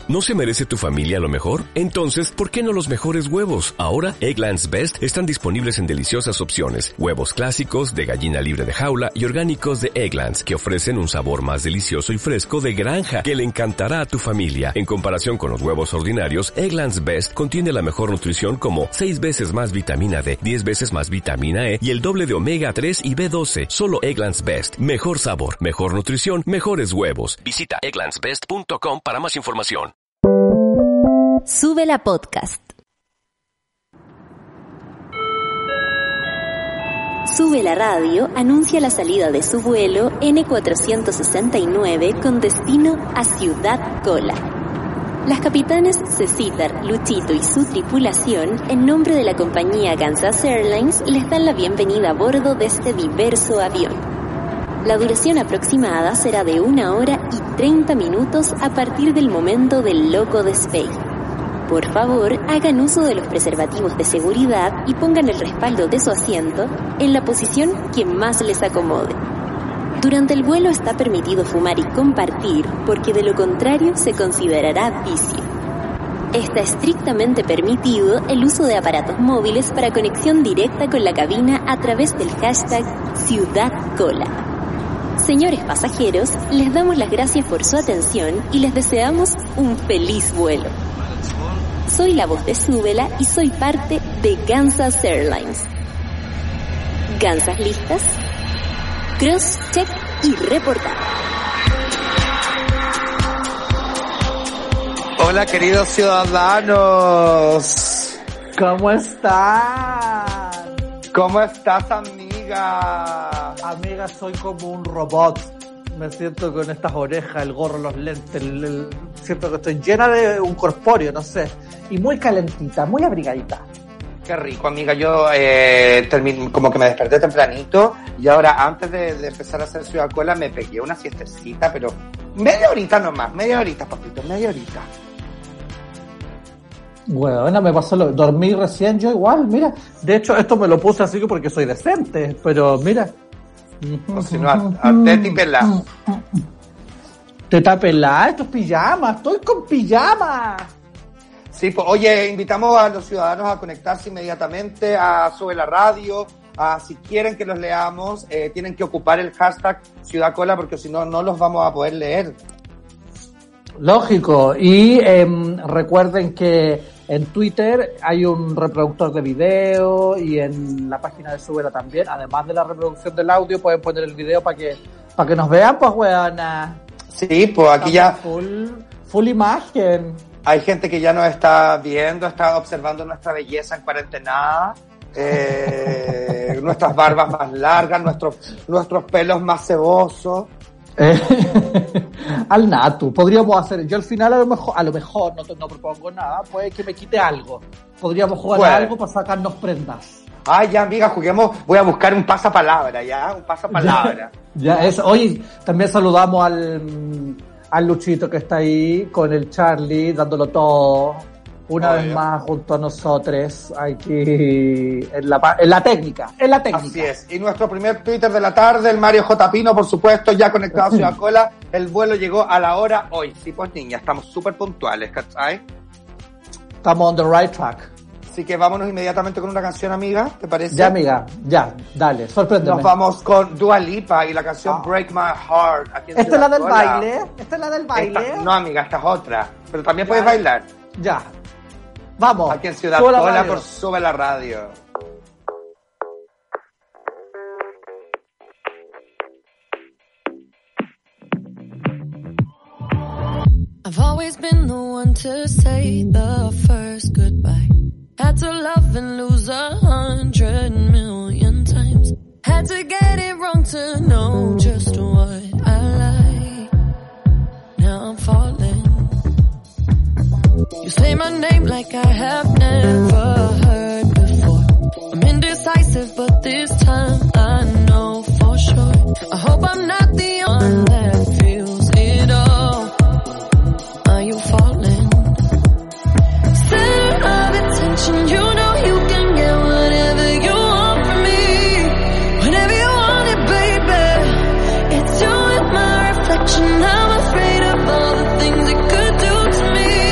¿No se merece tu familia lo mejor? Entonces, ¿por qué no los mejores huevos? Ahora, Eggland's Best están disponibles en deliciosas opciones. Huevos clásicos, de gallina libre de jaula y orgánicos de Eggland's, que ofrecen un sabor más delicioso y fresco de granja que le encantará a tu familia. En comparación con los huevos ordinarios, Eggland's Best contiene la mejor nutrición como 6 veces más vitamina D, 10 veces más vitamina E y el doble de omega 3 y B12. Solo Eggland's Best. Mejor sabor, mejor nutrición, mejores huevos. Visita egglandsbest.com para más información. Sube la podcast. Sube la radio anuncia la salida de su vuelo N469 con destino a Ciudad Kola. Las capitanes Cecitar, Luchito y su tripulación, en nombre de la compañía Kansas Airlines, les dan la bienvenida a bordo de este diverso avión. La duración aproximada será de 1 hora y 30 minutos a partir del momento del loco despegue. Por favor, hagan uso de los preservativos de seguridad y pongan el respaldo de su asiento en la posición que más les acomode. Durante el vuelo está permitido fumar y compartir, porque de lo contrario se considerará vicio. Está estrictamente permitido el uso de aparatos móviles para conexión directa con la cabina a través del hashtag #CiudadKola. Señores pasajeros, les damos las gracias por su atención y les deseamos un feliz vuelo. Soy la voz de Súbela y soy parte de Kansas Airlines. ¿Kansas listas? Cross, check y reportar. Hola, queridos ciudadanos. ¿Cómo están? ¿Cómo estás, amiga? Amiga, soy como un robot. Me siento con estas orejas, el gorro, los lentes, siento que estoy llena de un corpóreo, no sé. Y muy calentita, muy abrigadita. Qué rico, amiga. Yo como que me desperté tempranito y ahora antes de empezar a hacer Ciudad Kola me pegué una siestecita, pero media horita nomás, papito, media horita. Bueno, me pasó dormí recién yo igual, mira. De hecho, esto me lo puse así porque soy decente, pero mira. O si no, a teti pelá. Teta pelá, esto es pijama, estoy con pijama. Sí, pues, oye, invitamos a los ciudadanos a conectarse inmediatamente a Sube la Radio. Si quieren que los leamos, tienen que ocupar el hashtag Ciudad Kola porque si no, no los vamos a poder leer. Lógico. Y recuerden que en Twitter hay un reproductor de video y en la página de Súbela también. Además de la reproducción del audio, pueden poner el video para que nos vean, pues, weona. Sí, pues aquí estamos ya... Full imagen. Hay gente que ya nos está viendo, está observando nuestra belleza en cuarentena, nuestras barbas más largas, nuestros pelos más cebosos. Al natu, podríamos hacer, yo al final a lo mejor no propongo nada, puede que me quite algo. Podríamos jugar a algo para sacarnos prendas. Ay, ya, amiga, juguemos, voy a buscar un pasapalabra, ¿ya? Un pasapalabra. Ya es, oye, también saludamos al Luchito que está ahí con el Charlie, dándolo todo, una vez más junto a nosotros, aquí en la técnica. Así es, y nuestro primer Twitter de la tarde, el Mario J. Pino, por supuesto, ya conectado a Ciudad Kola, el vuelo llegó a la hora hoy. Sí, pues niña, estamos súper puntuales, ¿cachai? Estamos on the right track. Así que vámonos inmediatamente con una canción, amiga, ¿te parece? Ya, amiga, ya, dale, sorpréndeme. Nos vamos con Dua Lipa y la canción Break My Heart. ¿Esta es la del baile? ¿Esta es la del baile? No, amiga, esta es otra. Pero también puedes bailar. Ya. Vamos. Aquí en Ciudad Kola por Sube la Radio. I've always been the one to say the first goodbye. Had to love and lose 100 million times. Had to get it wrong to know just what I like. Now I'm falling. You say my name like I have never heard before. I'm indecisive, but this time I know for sure. I hope I'm not the one that feels it all. Are you falling? Center of attention, you know you can get whatever you want from me. Whenever you want it, baby. It's you and my reflection. I'm afraid of all the things it could do to me.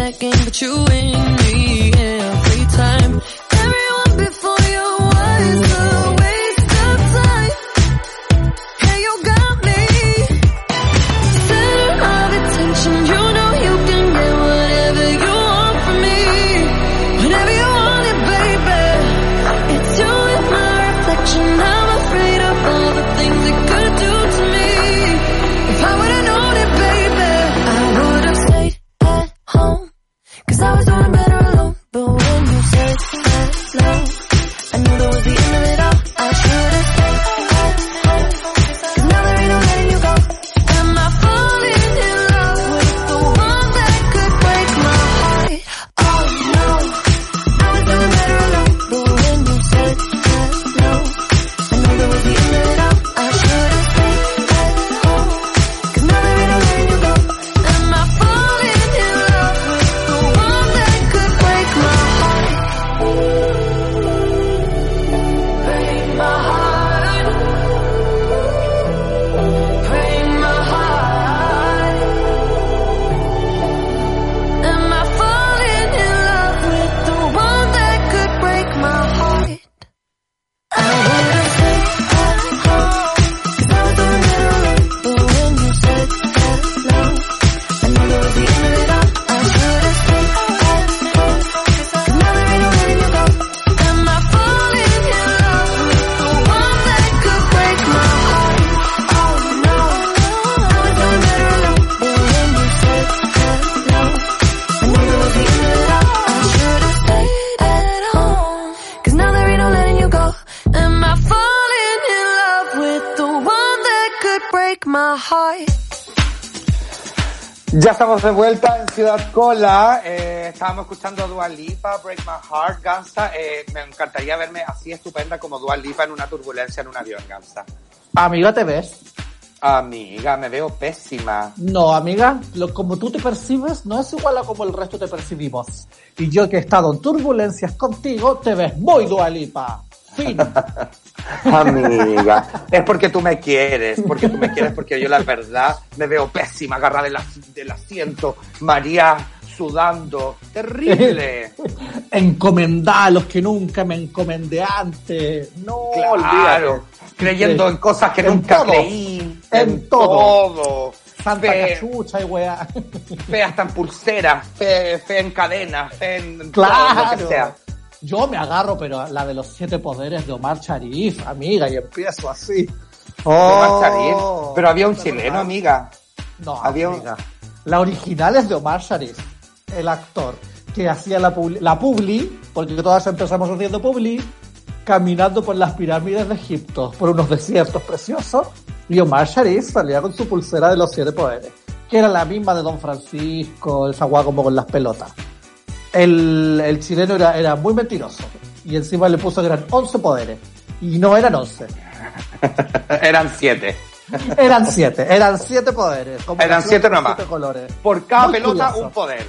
that game, but you win me every time. Everyone before you was a waste of time. Hey, you got me. Center of attention, you know you can get whatever you want from me. Whenever you want it, baby. It's you and my reflection. I'm afraid of all the things it could do to me. If I would've known it, baby, I would've stayed at home. 'Cause I was doing better alone. But when you said hello, I knew that was the end of it all. I should've stayed at home. 'Cause now there ain't no letting you go. Am I falling in love with the one that could break my heart? Oh no, I was doing better alone. But when you said hello, I knew that was the end of it all. I should've stayed at home. 'Cause now there ain't no letting you go. Am I falling in love with the one that could break my heart? Break my heart. Break my heart. Am I falling in love with the one that could break my heart? I would've stayed at home. 'Cause I was doing better alone. But when you said hello, I knew that was the end of it all. I should've stayed at home. 'Cause now there ain't no letting you go. Am I falling in love with the one that could break my heart? Oh no, I was doing better alone. But when you said hello, I knew that was the end of it all. I should've stayed at home. 'Cause now there ain't no letting you go. Am I falling in love with the one that could break my heart? Ya estamos de vuelta en Ciudad Cola. Estábamos escuchando a Dua Lipa, Break My Heart, Gansa. Me encantaría verme así estupenda como Dua Lipa en una turbulencia en un avión, Gansa. Amiga, ¿te ves? Amiga, me veo pésima. No, amiga, como tú te percibes no es igual a como el resto te percibimos. Y yo que he estado en turbulencias contigo, te ves muy Dua Lipa. Fin. Amiga, es porque tú me quieres, porque yo la verdad me veo pésima, agarrada del asiento, María sudando, terrible. Encomendá a los que nunca me encomendé antes. No, Claro, olvídate. creyendo en cosas que En nunca todo. creí. En todo. Santa cachucha y weá. Fe hasta en pulseras, fe en cadenas, fe en Claro. todo lo que sea. Yo me agarro, pero la de los 7 poderes de Omar Sharif, amiga, y empiezo así. Omar Sharif. Pero había un chileno, amiga. No, Había amiga. La original es de Omar Sharif, el actor, que hacía la publi, porque todas empezamos haciendo publi, caminando por las pirámides de Egipto, por unos desiertos preciosos, y Omar Sharif salía con su pulsera de los 7 poderes, que era la misma de Don Francisco, esa guagua como con las pelotas. El chileno era muy mentiroso, y encima le puso que eran 11 poderes, y no eran 11. Eran 7. Eran 7 poderes. Como Eran 7 nomás. 7 colores. Por cada Muy pelota, curioso. un poder.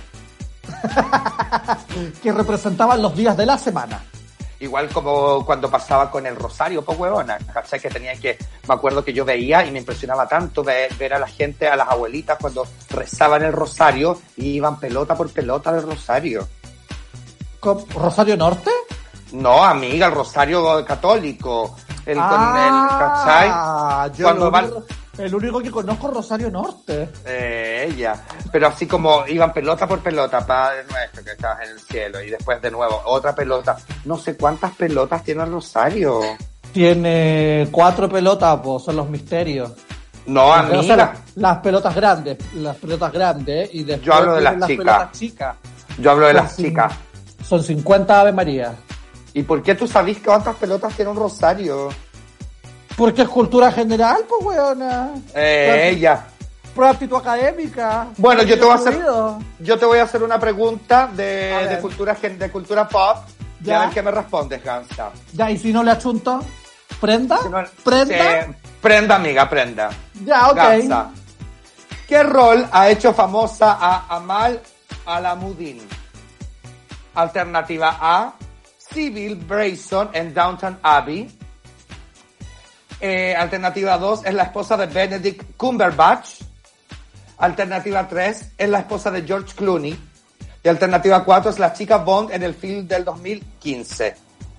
Que representaban los días de la semana. Igual como cuando pasaba con el rosario, pues huevona, ¿cachai? Que tenía que, me acuerdo que yo veía y me impresionaba tanto ver a la gente, a las abuelitas cuando rezaban el rosario y iban pelota por pelota del rosario. ¿Rosario Norte? No, amiga, el rosario católico. ¿Cachai? Yo Cuando el único que conozco es Rosario Norte. Ella. Pero así como iban pelota por pelota, Padre nuestro que estás en el cielo, y después de nuevo otra pelota. No sé cuántas pelotas tiene el rosario. Tiene 4 pelotas, pues son los misterios. No, O amiga. sea, las pelotas grandes, y después Yo hablo de tienen las pelotas chicas. Yo hablo de las Son chicas. Son 50 Ave María. ¿Y por qué tú sabís cuántas pelotas tiene un rosario? Porque es cultura general, pues, weona. Ella. Prueba actitud académica. Bueno, yo te voy a hacer, Incluido. yo te voy a hacer una pregunta A de ver. cultura pop. Y Ya. a ver qué me respondes, Gansa. Ya, y si no le achunto, ¿prenda? Si no- ¿Prenda? Sí, prenda, amiga, prenda. Ya, ok. Gansa. ¿Qué rol ha hecho famosa a Amal Alamuddin? Alternativa A, Sybil Brayson en Downton Abbey. Alternativa 2, es la esposa de Benedict Cumberbatch. Alternativa 3, es la esposa de George Clooney. Y alternativa 4 es la chica Bond en el film del 2015.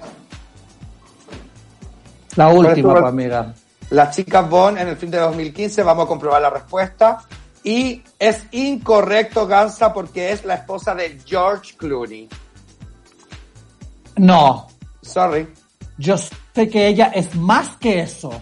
La última, pues, amiga. La chica Bond en el film de 2015, vamos a comprobar la respuesta. Y es incorrecto, Gansa, porque es la esposa de George Clooney. No. Sorry. Yo sé que ella es más que eso.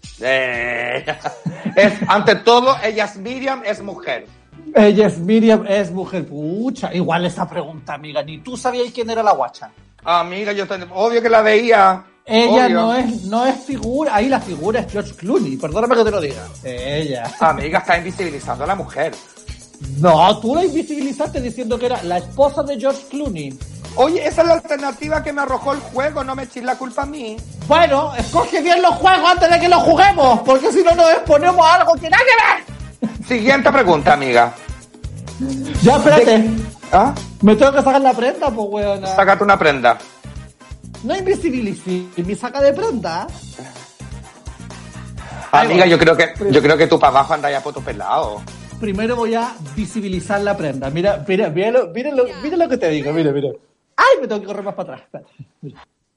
Ante todo, ella es Miriam, es mujer. Ella es Miriam, es mujer. Pucha, igual esa pregunta, amiga. Ni tú sabías quién era la guacha. Amiga, obvio que la veía. Ella obvio. no es figura. Ahí la figura es George Clooney. Perdóname que te lo diga. Ella. Amiga, está invisibilizando a la mujer. No, tú la invisibilizaste diciendo que era la esposa de George Clooney. Oye, esa es la alternativa que me arrojó el juego, no me eches la culpa a mí. Bueno, escoge bien los juegos antes de que los juguemos, porque si no nos exponemos a algo que nada que ver. Siguiente pregunta, amiga. Ya, espérate. ¿Ah? Me tengo que sacar la prenda, pues, weona. Sácate una prenda. No invisibilice mi saca de prenda. Amiga, yo creo que tú para abajo andas ya poto pelado. Primero voy a visibilizar la prenda. Mira lo que te digo, mira. Ay, me tengo que correr más para atrás. Espérate. Mira.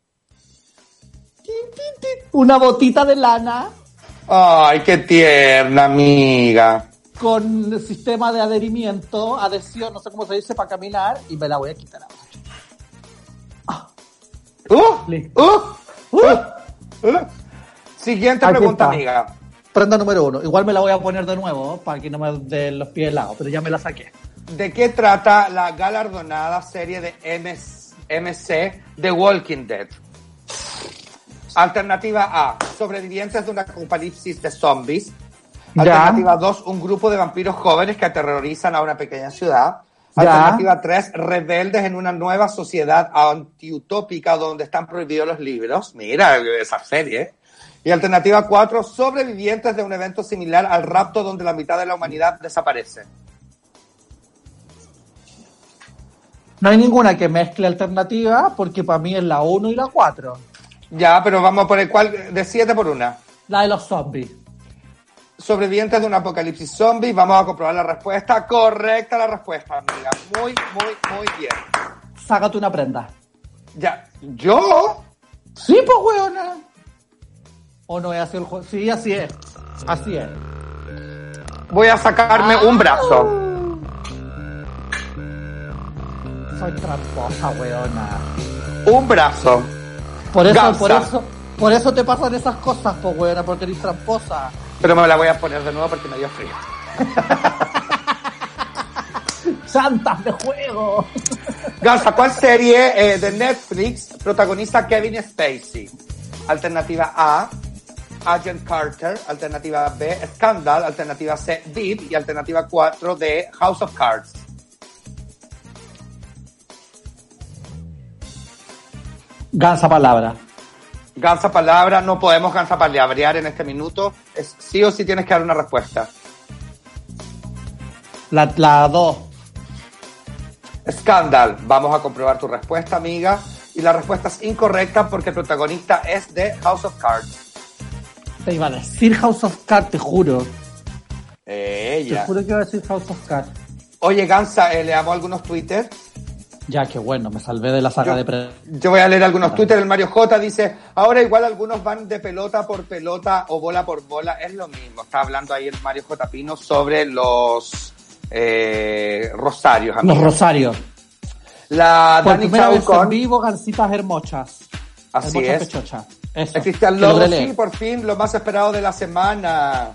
Una botita de lana. Ay, qué tierna, amiga. Con sistema de adhesión, no sé cómo se dice, para caminar, y me la voy a quitar ahora. Siguiente Aquí pregunta, está. amiga. Prenda número 1. Igual me la voy a poner de nuevo, para que no me den los pies helados, pero ya me la saqué. ¿De qué trata la galardonada serie de MC The Walking Dead? Alternativa A, sobrevivientes de un apocalipsis de zombies. Alternativa 2, un grupo de vampiros jóvenes que aterrorizan a una pequeña ciudad. Alternativa 3, rebeldes en una nueva sociedad antiutópica donde están prohibidos los libros. Mira esa serie. Y alternativa 4, sobrevivientes de un evento similar al rapto donde la mitad de la humanidad desaparece. No hay ninguna que mezcle alternativa, porque para mí es la 1 y la 4. Ya, pero vamos a poner cuál, decídete por una. La de los zombies. Sobrevivientes de un apocalipsis zombie, vamos a comprobar la respuesta. Correcta la respuesta, amiga. Muy bien. Sácate una prenda. Ya, ¿yo? Sí, pues, weona. ¿O no es así el juego? Sí, así es. Así es. Voy a sacarme un brazo. Soy tramposa, weona. Un brazo. Por eso te pasan esas cosas, pues, weona, porque eres tramposa. Pero me la voy a poner de nuevo porque me dio frío. ¡Santas de juego! Gansa, ¿cuál serie de Netflix protagoniza Kevin Spacey? Alternativa A, Agent Carter. Alternativa B, Scandal. Alternativa C, Deep. Y alternativa 4 de House of Cards. Gansa palabra. Gansa palabra, no podemos gansa palabrear en este minuto. Es sí o sí tienes que dar una respuesta. La 2. Scandal. Vamos a comprobar tu respuesta, amiga. Y la respuesta es incorrecta porque el protagonista es de House of Cards. Te iba a decir House of Cards, te juro. Ella. Te juro que iba a decir House of Cards. Oye, Gansa, leamos algunos Twitter. Ya, qué bueno, me salvé de la saga de pre... Yo voy a leer algunos Twitter. El Mario J dice, ahora igual algunos van de pelota por pelota o bola por bola. Es lo mismo. Está hablando ahí el Mario J. Pino sobre los rosarios. Amiga. Los rosarios. La por Dani primera vez Chaucón. en vivo, gancitas hermochas. Así hermochas es. Pechochas. Eso. El Cristian que Lobo, logré sí, leer. por fin, lo más esperado de la semana.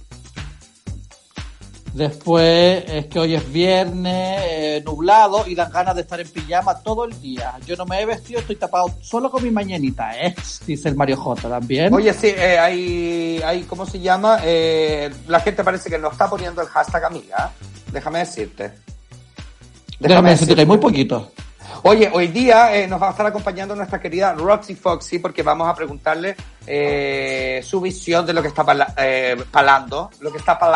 Después es que hoy es viernes, nublado y dan ganas de estar en pijama todo el día. Yo no me he vestido, estoy tapado solo con mi mañanita, dice el Mario J también. Oye, sí, hay, ¿cómo se llama? La gente parece que no está poniendo el hashtag amiga. Déjame decirte. Déjame decirte que hay muy poquito. Oye, hoy día nos va a estar acompañando nuestra querida Roxy Foxy porque vamos a preguntarle su visión de lo que está palando, lo que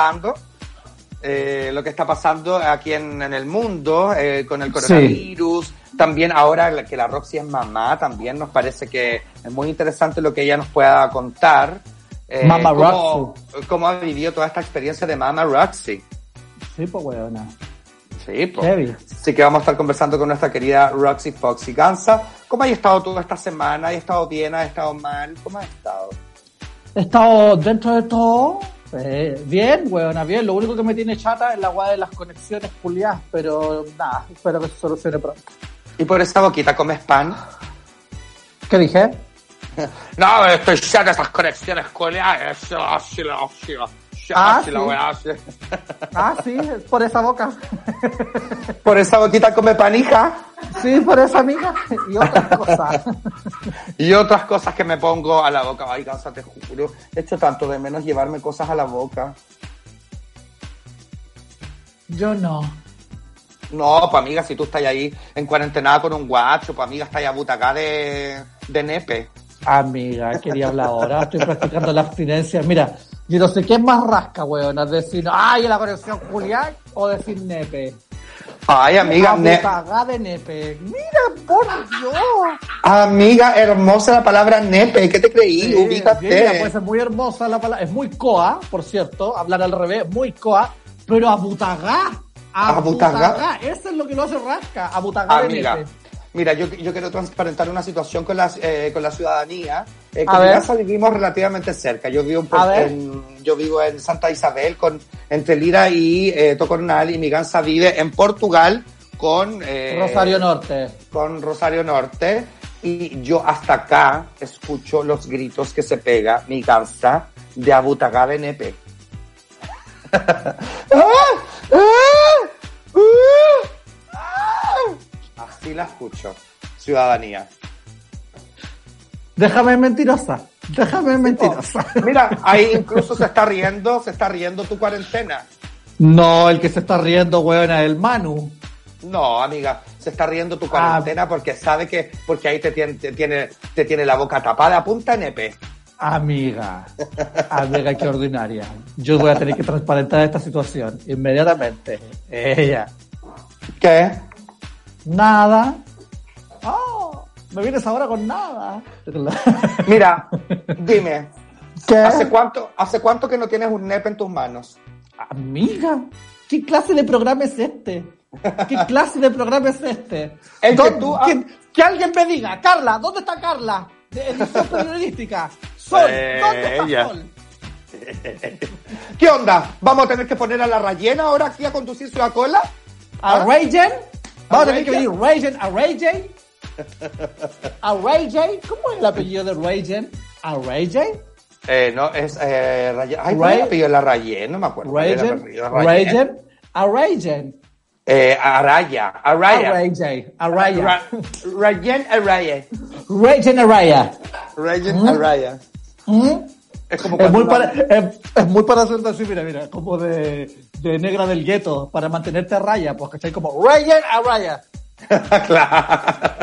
está pasando aquí en el mundo con el coronavirus. Sí. También ahora que la Roxy es mamá, también nos parece que es muy interesante lo que ella nos pueda contar. Mama Roxy. Cómo ha vivido toda esta experiencia de Mama Roxy. Sí, pues weona. Sí, pues. Heavy. Así que vamos a estar conversando con nuestra querida Roxy Foxy. Gansa, ¿cómo has estado toda esta semana? ¿Has estado bien? ¿Has estado mal? ¿Cómo has estado? He estado dentro de todo bien, weona, bien. Lo único que me tiene chata es la weá de las conexiones culiadas, pero nada, espero que se solucione pronto. ¿Y por esa boquita comes pan? ¿Qué dije? No, estoy chata de estas conexiones culiadas. Sí. Sí, por esa boca. ¿Por esa boquita come pan, hija? Sí, por esa amiga. Y otras cosas. Y otras cosas que me pongo a la boca. Ay, Gansa, te juro. He hecho tanto de menos llevarme cosas a la boca. Yo no. No, pues amiga, si tú estás ahí en cuarentena con un guacho, pues amiga, estás ahí a butacá de nepe. Amiga, quería hablar ahora. Estoy practicando la abstinencia. Mira, yo no sé qué es más rasca, weona. Decir, ay, la conexión culiar o decir nepe. Ay, amiga, Abutagá de nepe. Mira, por Dios. Amiga, hermosa la palabra nepe. ¿Qué te creí? Sí, Ubícate. mira, pues es muy hermosa la palabra. Es muy coa, por cierto. Hablar al revés, muy coa. Pero abutagá. Abutagá. Eso es lo que lo hace rasca. Abutagá de Amiga. nepe. Mira, yo quiero transparentar una situación con la ciudadanía. A Con mi ver. casa vivimos relativamente cerca. Yo vivo A ver. yo vivo en Santa Isabel, entre Lira y Tocornal, y mi gansa vive en Portugal con Rosario Norte. Con Rosario Norte. Y yo hasta acá escucho los gritos que se pega mi gansa de abutagá de nepe. Así la escucho, ciudadanía. Déjame mentirosa. Mira, ahí incluso se está riendo tu cuarentena. No, el que se está riendo, weona, es el Manu. No, amiga, se está riendo tu cuarentena porque sabe porque ahí te tiene la boca tapada a punta nepe. Amiga, qué ordinaria. Yo voy a tener que transparentar esta situación inmediatamente. Ella. ¿Qué? Nada. Oh, me vienes ahora con nada. Mira, dime, ¿Qué? ¿hace cuánto que no tienes un nepe en tus manos? Amiga, ¿qué clase de programa es este? ¿Qué clase de programa es este? El que tú... Que alguien me diga, Carla, ¿dónde está Carla? De edición periodística. Sol, ¿dónde está ella. Sol? ¿Qué onda? ¿Vamos a tener que poner a la Rayena ahora aquí a conducir su cola? ¿A Rayen? ¿Vamos a tener que Rayen? venir Rayen a Rayen? ¿A Rayen? ¿Cómo es el apellido de Rayen? ¿A Rayen? No, es Rayen. Ay, ¿cuál es el apellido de la Rayen? No me acuerdo. ¿Cuál era el apellido de Rayen? ¿A Rayen? Araya. Rayen Araya. Rayen Araya. Rayen Araya. Rayen Araya. Es como Es muy, cuando es muy para hacerte así, mira, como de negra del gueto, para mantenerte a raya, pues, ¿cachai? Como Rayen Araya. Claro.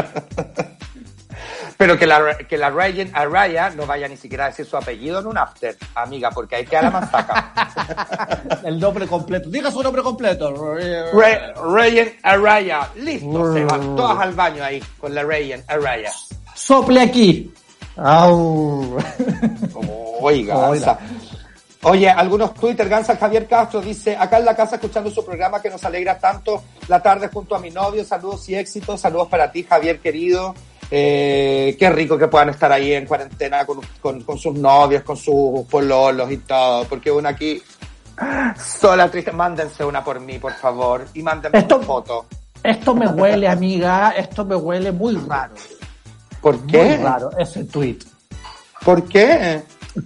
Pero que la Rayen Araya no vaya ni siquiera a decir su apellido en un after, amiga, porque ahí queda la manzaca. El nombre completo. Diga su nombre completo. Rayen Araya. Listo, se van todas al baño ahí con la Rayen Araya. Sople aquí. Au. Oiga, Gansa. Oye, algunos Twitter, Gansa Javier Castro dice, acá en la casa escuchando su programa que nos alegra tanto la tarde junto a mi novio, saludos y éxitos, saludos para ti, Javier querido. Qué rico que puedan estar ahí en cuarentena con sus novios, con sus pololos y todo, porque una aquí sola, triste. Mándense una por mí, por favor, y mándenme una foto. Esto me huele, amiga, esto me huele muy raro. ¿Por qué? Muy raro ese tweet. ¿Por qué?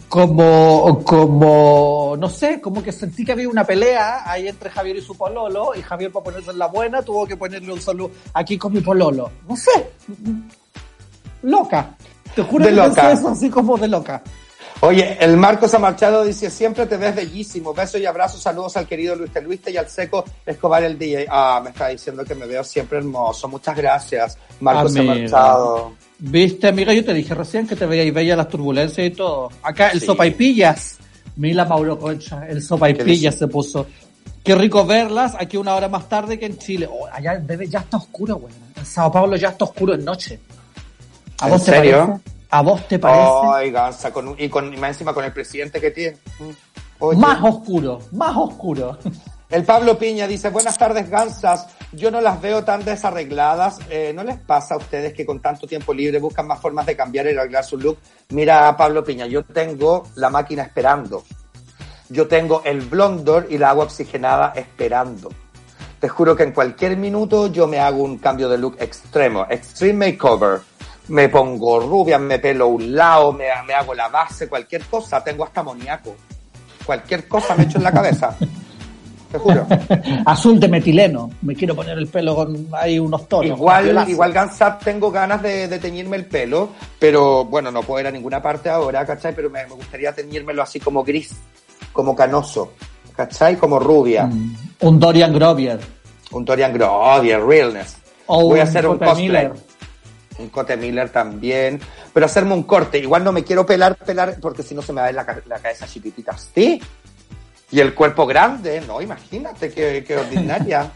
Como, no sé, como que sentí que había una pelea ahí entre Javier y su pololo, y Javier, para ponerse en la buena, tuvo que ponerle un saludo aquí con mi pololo. No sé. Loca. Te juro De que loca. pensé eso así como de loca. Oye, el Marcos Amarchado dice, siempre te ves bellísimo, besos y abrazos, saludos al querido Luis Teluiste y al seco Escobar el DJ. Me está diciendo que me veo siempre hermoso. Muchas gracias, Marcos Amiga. Amarchado. Viste, amiga, yo te dije recién que te veías bella las turbulencias y todo. Acá el Sí. sopaipillas. Mila Mauro Concha, el sopaipillas se puso. Qué rico verlas aquí una hora más tarde que en Chile. Oh, allá bebé, ya está oscuro, güey. En Sao Paulo ya está oscuro en noche. ¿A ¿En vos te serio? parece? ¿A vos te parece? Ay, Gansa, y más encima con el presidente que tiene. Oye, Más oscuro, más oscuro. El Pablo Piña dice, buenas tardes, gansas. Yo no las veo tan desarregladas. ¿No les pasa a ustedes que con tanto tiempo libre buscan más formas de cambiar y arreglar su look? Mira, Pablo Piña, yo tengo la máquina esperando. Yo tengo el blondor y la agua oxigenada esperando. Te juro que en cualquier minuto yo me hago un cambio de look extremo. Extreme makeover. Me pongo rubia, me pelo a un lado, me hago la base, cualquier cosa. Tengo hasta amoníaco. Cualquier cosa me echo en la cabeza. Te juro. Azul de metileno. Me quiero poner el pelo con ahí unos tonos. Igual Gansap, tengo ganas de teñirme el pelo, pero bueno, no puedo ir a ninguna parte ahora, ¿cachai? Pero me gustaría teñírmelo así como gris, como canoso, ¿cachai? Como rubia. Un Dorian Grovier. Un Dorian Grovier, realness. O voy a hacer un cosplay. Miller. Un Cote Miller también. Pero hacerme un corte. Igual no me quiero pelar, porque si no se me va a ver la cabeza chiquitita. ¿Sí? Y el cuerpo grande, no, imagínate qué ordinaria.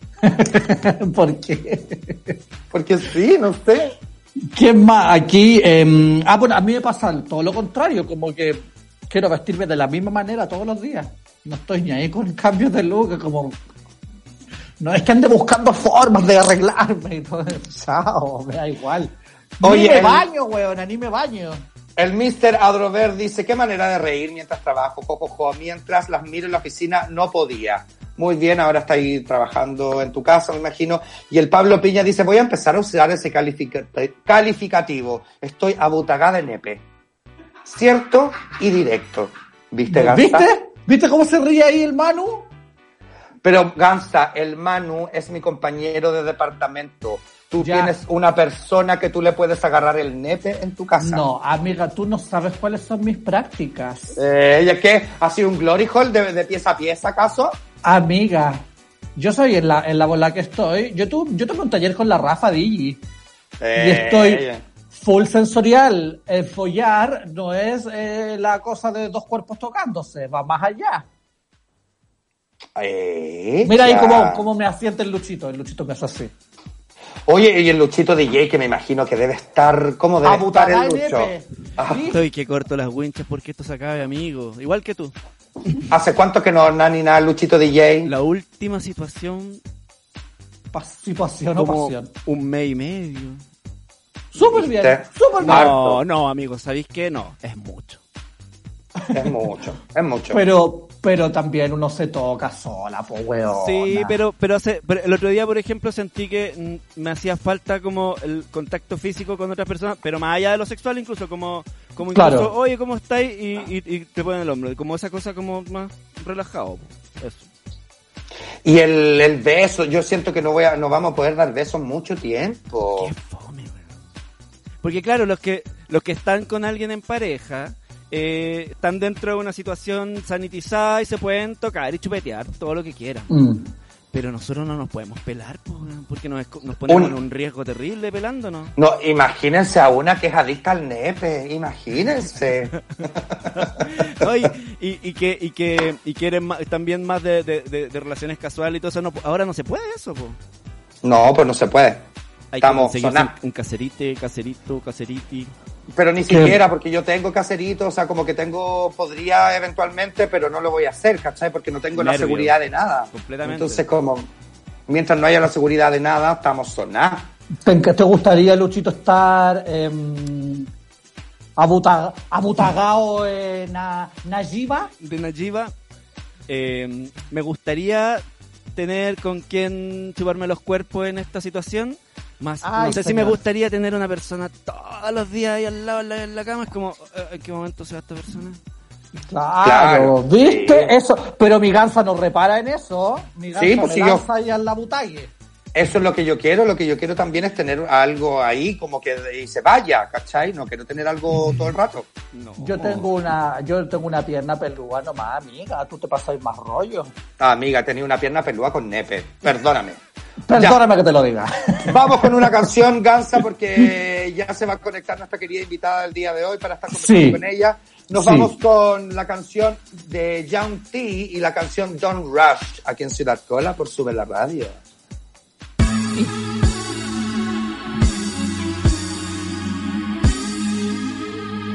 ¿Por qué? Porque sí, no sé. ¿Quién más? Aquí, bueno, a mí me pasa todo lo contrario, como que quiero vestirme de la misma manera todos los días. No estoy ni ahí con cambios de look, como... No es que ande buscando formas de arreglarme y todo. Chao, me da igual. Oye, ni me baño, weón, ni me baño. El Mr. Adrover dice, qué manera de reír mientras trabajo, jojojo. Mientras las miro en la oficina no podía. Muy bien, ahora está ahí trabajando en tu casa, me imagino. Y el Pablo Piña dice, voy a empezar a usar ese calificativo. Estoy abutagada en nepe. Cierto y directo. ¿Viste, Gansa? ¿Viste cómo se ríe ahí el Manu? Pero, Gansa, el Manu es mi compañero de departamento. Tú tienes una persona que tú le puedes agarrar el nepe en tu casa. No, amiga, tú no sabes cuáles son mis prácticas. ¿Ya qué? ¿Ha sido un glory hole de pieza a pieza, acaso? Amiga, yo soy en la bola que estoy. Yo tengo un taller con la Rafa Digi. Y estoy full sensorial. El follar no es la cosa de dos cuerpos tocándose, va más allá. Mira ahí cómo me asienta el Luchito. El Luchito me hace así. Oye, y el Luchito DJ, que me imagino que debe estar... ¿Cómo debe estar el Lucho? Estoy que corto las winchas porque esto se acabe, amigo. Igual que tú. ¿Hace cuánto que no ni nada Luchito DJ? La última situación... ¿Situación o pasión? Un mes y medio. Súper bien, súper bien. No, amigo, ¿sabéis qué? No, es mucho. Es mucho. Pero también uno se toca sola, po, weón. Sí, pero el otro día, por ejemplo, sentí que me hacía falta como el contacto físico con otras personas, pero más allá de lo sexual, incluso como claro. Incluso, oye, ¿cómo estáis? Y te ponen el hombro, como esa cosa como más relajado, po. Eso. Y el beso, yo siento que no vamos a poder dar besos mucho tiempo. Qué fome, weón. Porque claro, los que están con alguien en pareja... están dentro de una situación sanitizada y se pueden tocar y chupetear todo lo que quieran. Pero nosotros no nos podemos pelar porque nos ponemos en un riesgo terrible pelándonos. No, imagínense a una que es adicta al nepe, imagínense. No, y que quieren también más de relaciones casuales y todo eso. No, ahora no se puede eso, po. No, pues no se puede. Hay Estamos que conseguir un caseriti. Pero ni siquiera, porque yo tengo caserito, o sea, como que podría eventualmente, pero no lo voy a hacer, ¿cachai? Porque no tengo la seguridad de nada. Completamente. Entonces, como, mientras no haya la seguridad de nada, estamos sonados. ¿En qué te gustaría, Luchito, estar abutagado en Nayiba? De Nayiba, me gustaría tener con quien chuparme los cuerpos en esta situación. Más, no sé si me gustaría tener una persona todos los días ahí al lado en la cama. Es como, ¿en qué momento se va esta persona? Claro, ¿viste? Sí. Eso, pero mi Gansa no repara en eso. Mi Gansa sí, pues me lanza ahí al labutague. Eso es lo que yo quiero. Lo que yo quiero también es tener algo ahí como que y se vaya, ¿cachai? No quiero tener algo todo el rato. No. Yo tengo una pierna pelúa nomás, amiga. Tú te pasas más rollo. Amiga, tenía una pierna pelúa con nepe. Perdóname. Perdóname que te lo diga. Vamos con una canción, Gansa, porque ya se va a conectar nuestra querida invitada del día de hoy para estar conversando con ella. Nos vamos con la canción de Young T y la canción Don't Rush aquí en Ciudad Cola por Sube la Radio.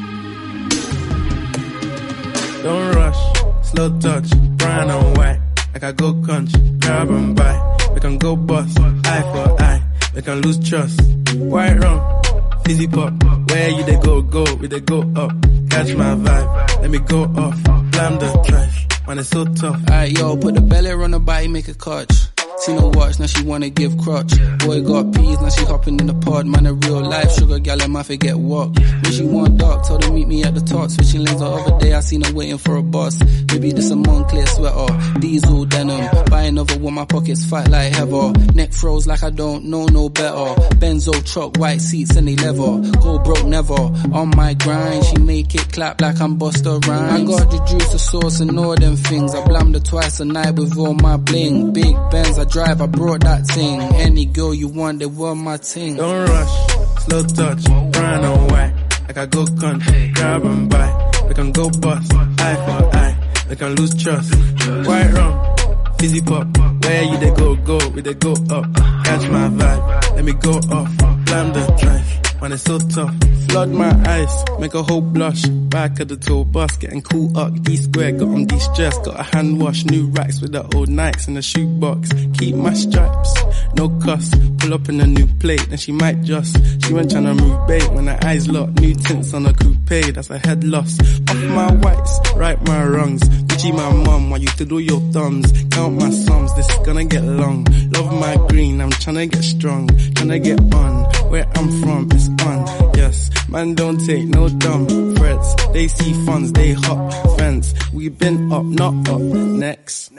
Don't rush, slow touch, brown and white. like I go country, grab and buy. We can go bust, eye for eye. We can lose trust. White rum, fizzy pop. Where you they go, we they go up. Catch my vibe, let me go off. Blam the trash, man it's so tough. Alright, yo, put the belly on the body, make a clutch. Seen her watch, now she wanna give crutch. Boy got peas, now she hopping in the pod. Man, a real life sugar gal, and my forget what. When she want dark, told her meet me at the top. Switching lanes the other day, I seen her waiting for a bus. Maybe this a Moncler sweater, diesel denim. Buy another one, my pockets fat like heather. Neck froze like I don't know no better. Benzo truck, white seats and they leather. Go broke never, on my grind. She make it clap like I'm Busta Rhymes. I got the juice, the sauce and all them things. I blammed her twice a night with all my bling. Big Benz, I drive, I brought that thing. Any girl you want, they were my thing. Don't rush, slow touch, brown and white. Like I go country, grab and buy. We can go bust, eye for eye. We can lose trust. White rum, fizzy pop. Where you they go, we they go up. Catch my vibe, let me go off. Blam the trash, man it's so tough. Flood my eyes, make a whole blush. Back of the tour bus, getting cool up. D-square, got on de-stress. Got a hand wash, new racks with the old Nikes in the shoebox. Keep my stripes, no cuss. Pull up in a new plate, then she might just. She went tryna move bait when her eyes locked. New tints on a coupe, that's a head loss. Off my whites, right my wrongs. Gucci my mum, while you twiddle your thumbs. Count my sums, this is gonna get long. Love my green, I'm tryna get strong. Tryna get on, where I'm from, it's on. Yes, man don't take no dumb threats. They see funds, they hop fence. We been up, not up. Next.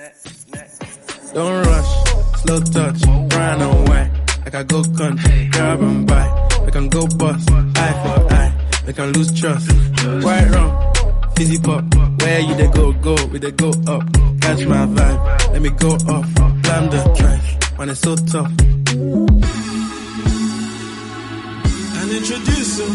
Don't rush, slow touch, brown and white. Like I go country, grab and buy. We can go bust, eye for eye. We can lose trust. White rum, fizzy pop. Where you they go, we they go up. Catch my vibe, let me go off. Blam the trash, man it's so tough. And introduce him,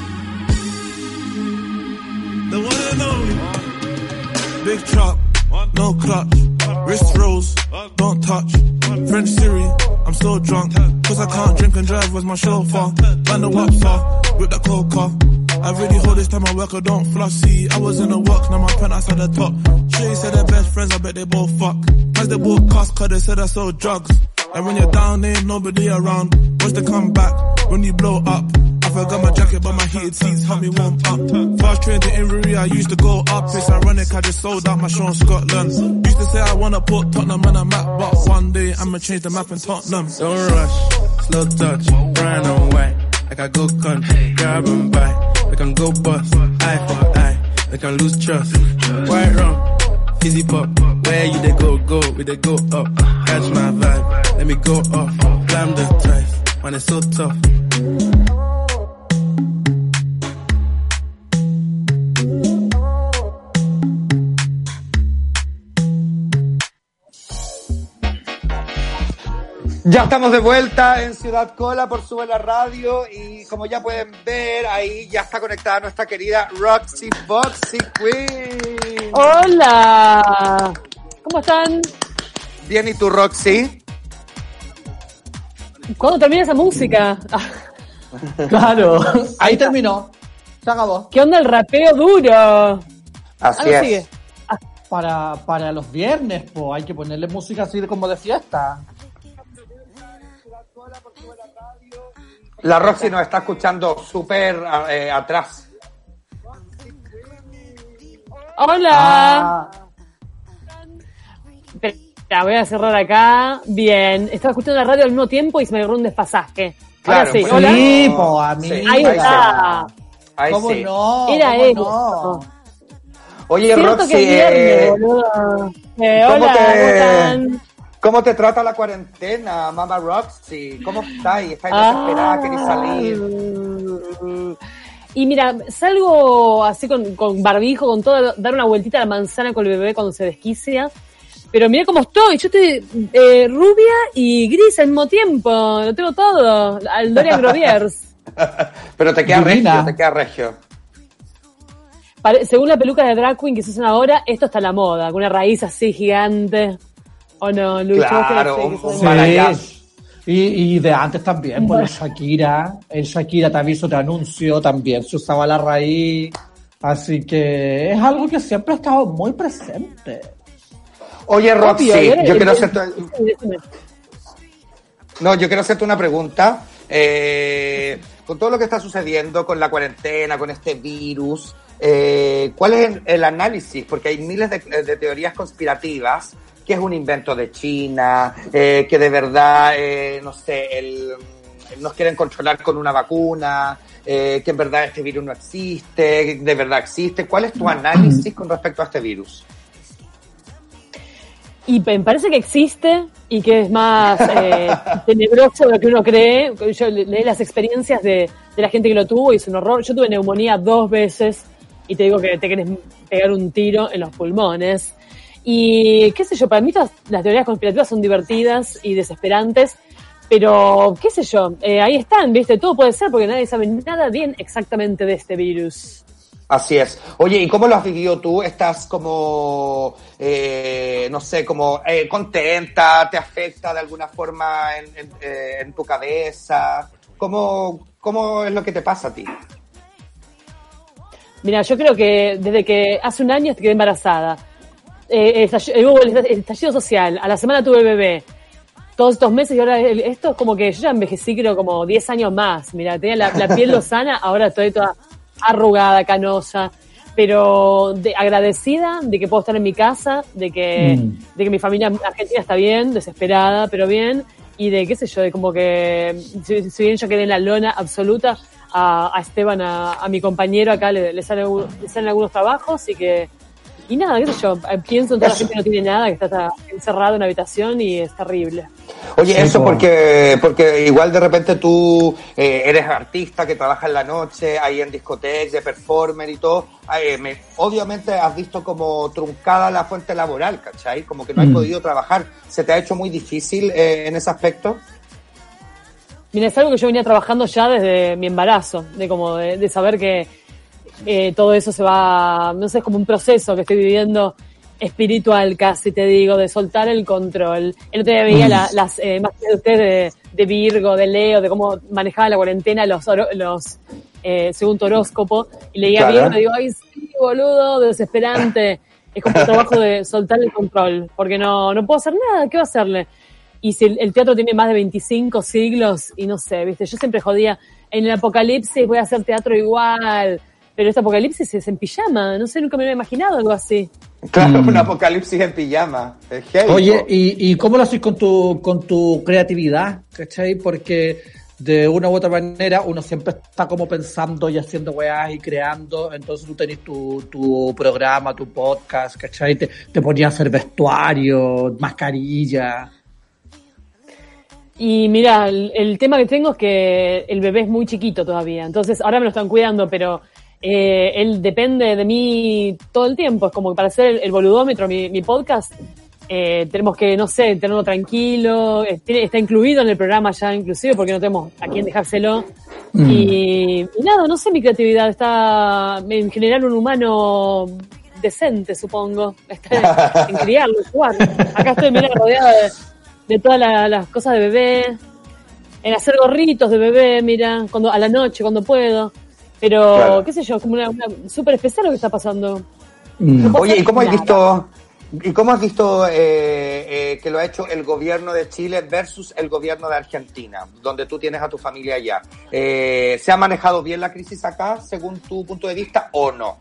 the one and only. Big truck, no clutch. Wrist rolls, don't touch. French Siri, I'm so drunk. Cause I can't drink and drive, was my chauffeur. Ran the Wapsa, with the coca. I really hold this time I work, I don't flossy. I was in the work, now my penthouse at the top. Shay said they're best friends, I bet they both fuck. As they both cost, cause they said I sold drugs. And when you're down, ain't nobody around. Watch the comeback, when you blow up. I forgot my jacket, but my heated seats help me warm up. Fast train to Inverie, I used to go up. It's ironic, I just sold out my show in Scotland. Used to say I wanna put Tottenham on a map, but one day I'ma change the map in Tottenham. Don't rush, slow touch, brown and white. Like I go country, grab and buy. We can go bust, eye for eye. We can lose trust. White rum, fizzy pop. Where you they go, we they go up. Catch my vibe, let me go off. Blam the trash, man it's so tough. Ya estamos de vuelta en Ciudad Cola por Sube la Radio y como ya pueden ver, ahí ya está conectada nuestra querida Roxy Boxy Queen. ¡Hola! ¿Cómo están? Bien, ¿y tú, Roxy? ¿Cuándo termina esa música? Claro, ahí terminó. Se acabó. ¿Qué onda el rapeo duro? Así es. Sigue. Para los viernes, pues hay que ponerle música así como de fiesta. La Roxy nos está escuchando súper atrás. ¡Hola! Espera, voy a cerrar acá. Bien, estaba escuchando la radio al mismo tiempo y se me agarró un desfasaje. Claro, ahora sí, pues, hola. Sí, po, a mí. Sí, Ahí está. Ahí ¿Cómo sí. no? Era ¿Cómo él. no? Oye, Cierto Roxy, que es viernes, boludo. Hola, ¿cómo están? ¿Cómo te trata la cuarentena, Mama Roxy? ¿Cómo estáis? ¿Estáis desesperada? ¿Queréis salir? Y mira, salgo así con barbijo, con todo, dar una vueltita a la manzana con el bebé cuando se desquicia. Pero mira cómo estoy, yo estoy rubia y gris al mismo tiempo, lo tengo todo, al Dorian Groviers. Pero te queda Divina. regio. Según la peluca de drag queen que se usan ahora, esto está a la moda, con una raíz así gigante. ¿O no, Lucho? Claro, ¿Vos qué un decís? balayage. Y de antes también, pues el Shakira te aviso, te anuncio, también se usaba la raíz, así que es algo que siempre ha estado muy presente. Oye, Roxy, Obvio, yo quiero hacerte... No, yo quiero hacerte una pregunta. Con todo lo que está sucediendo, con la cuarentena, con este virus, ¿cuál es el análisis? Porque hay miles de teorías conspirativas, que es un invento de China, que de verdad, no sé, nos quieren controlar con una vacuna, que en verdad este virus no existe, de verdad existe. ¿Cuál es tu análisis con respecto a este virus? Y me parece que existe y que es más tenebroso de lo que uno cree. Yo leí las experiencias de la gente que lo tuvo y es un horror. Yo tuve neumonía 2 veces y te digo que te querés pegar un tiro en los pulmones. Y qué sé yo, para mí todas las teorías conspirativas son divertidas y desesperantes, pero qué sé yo, ahí están, ¿viste? Todo puede ser porque nadie sabe nada bien exactamente de este virus. Así es. Oye, ¿y cómo lo has vivido tú? ¿Estás como, no sé, como contenta? ¿Te afecta de alguna forma en tu cabeza? ¿Cómo es lo que te pasa a ti? Mira, yo creo que desde que hace un año quedé embarazada. Hubo el estallido social, a la semana tuve el bebé. Todos estos meses y ahora esto es como que yo ya envejecí creo como 10 años más. Mira, tenía la piel lozana, ahora estoy toda arrugada, canosa, pero agradecida de que puedo estar en mi casa, de que mi familia argentina está bien, desesperada, pero bien, y de qué sé yo, de como que si bien yo quedé en la lona absoluta, a Esteban, a mi compañero acá le salen algunos trabajos y nada, qué sé yo, pienso en toda la gente que no tiene nada, que está encerrada en una habitación y es terrible. Oye, eso porque igual de repente tú eres artista que trabaja en la noche, ahí en discotecas, de performer y todo, obviamente has visto como truncada la fuente laboral, ¿cachai? Como que no has podido trabajar. ¿Se te ha hecho muy difícil en ese aspecto? Mira, es algo que yo venía trabajando ya desde mi embarazo, de saber que todo eso se va, no sé, es como un proceso que estoy viviendo espiritual casi, te digo, de soltar el control. El otro día veía las imágenes de ustedes de Virgo, de Leo, de cómo manejaba la cuarentena según tu horóscopo, y leía Virgo y digo, ay sí, boludo, desesperante. Es como un trabajo de soltar el control, porque no puedo hacer nada, ¿qué va a hacerle? Y si el teatro tiene más de 25 siglos, y no sé, viste, yo siempre jodía, en el apocalipsis voy a hacer teatro igual, pero este apocalipsis es en pijama, no sé, nunca me había imaginado algo así. Claro, un apocalipsis en pijama. Oye, ¿y cómo lo haces con tu creatividad? ¿Cachai? Porque de una u otra manera uno siempre está como pensando y haciendo weas y creando, entonces tú tenés tu programa, tu podcast, ¿cachai? Te ponías a hacer vestuario, mascarilla. Y mira, el tema que tengo es que el bebé es muy chiquito todavía, entonces ahora me lo están cuidando, pero él depende de mí todo el tiempo. Es como que para hacer el boludómetro, mi podcast, tenemos que, no sé, tenerlo tranquilo, está incluido en el programa ya inclusive porque no tenemos a quién dejárselo. Y nada, no sé, mi creatividad está en generar un humano decente, supongo, en criarlo, en jugar. Acá estoy, mira, rodeada de todas las cosas de bebé, en hacer gorritos de bebé, mira, a la noche, cuando puedo. Pero, claro, qué sé yo, como una súper especial lo que está pasando. Oye, ¿y cómo has visto que lo ha hecho el gobierno de Chile versus el gobierno de Argentina, donde tú tienes a tu familia allá? ¿Se ha manejado bien la crisis acá, según tu punto de vista, o no?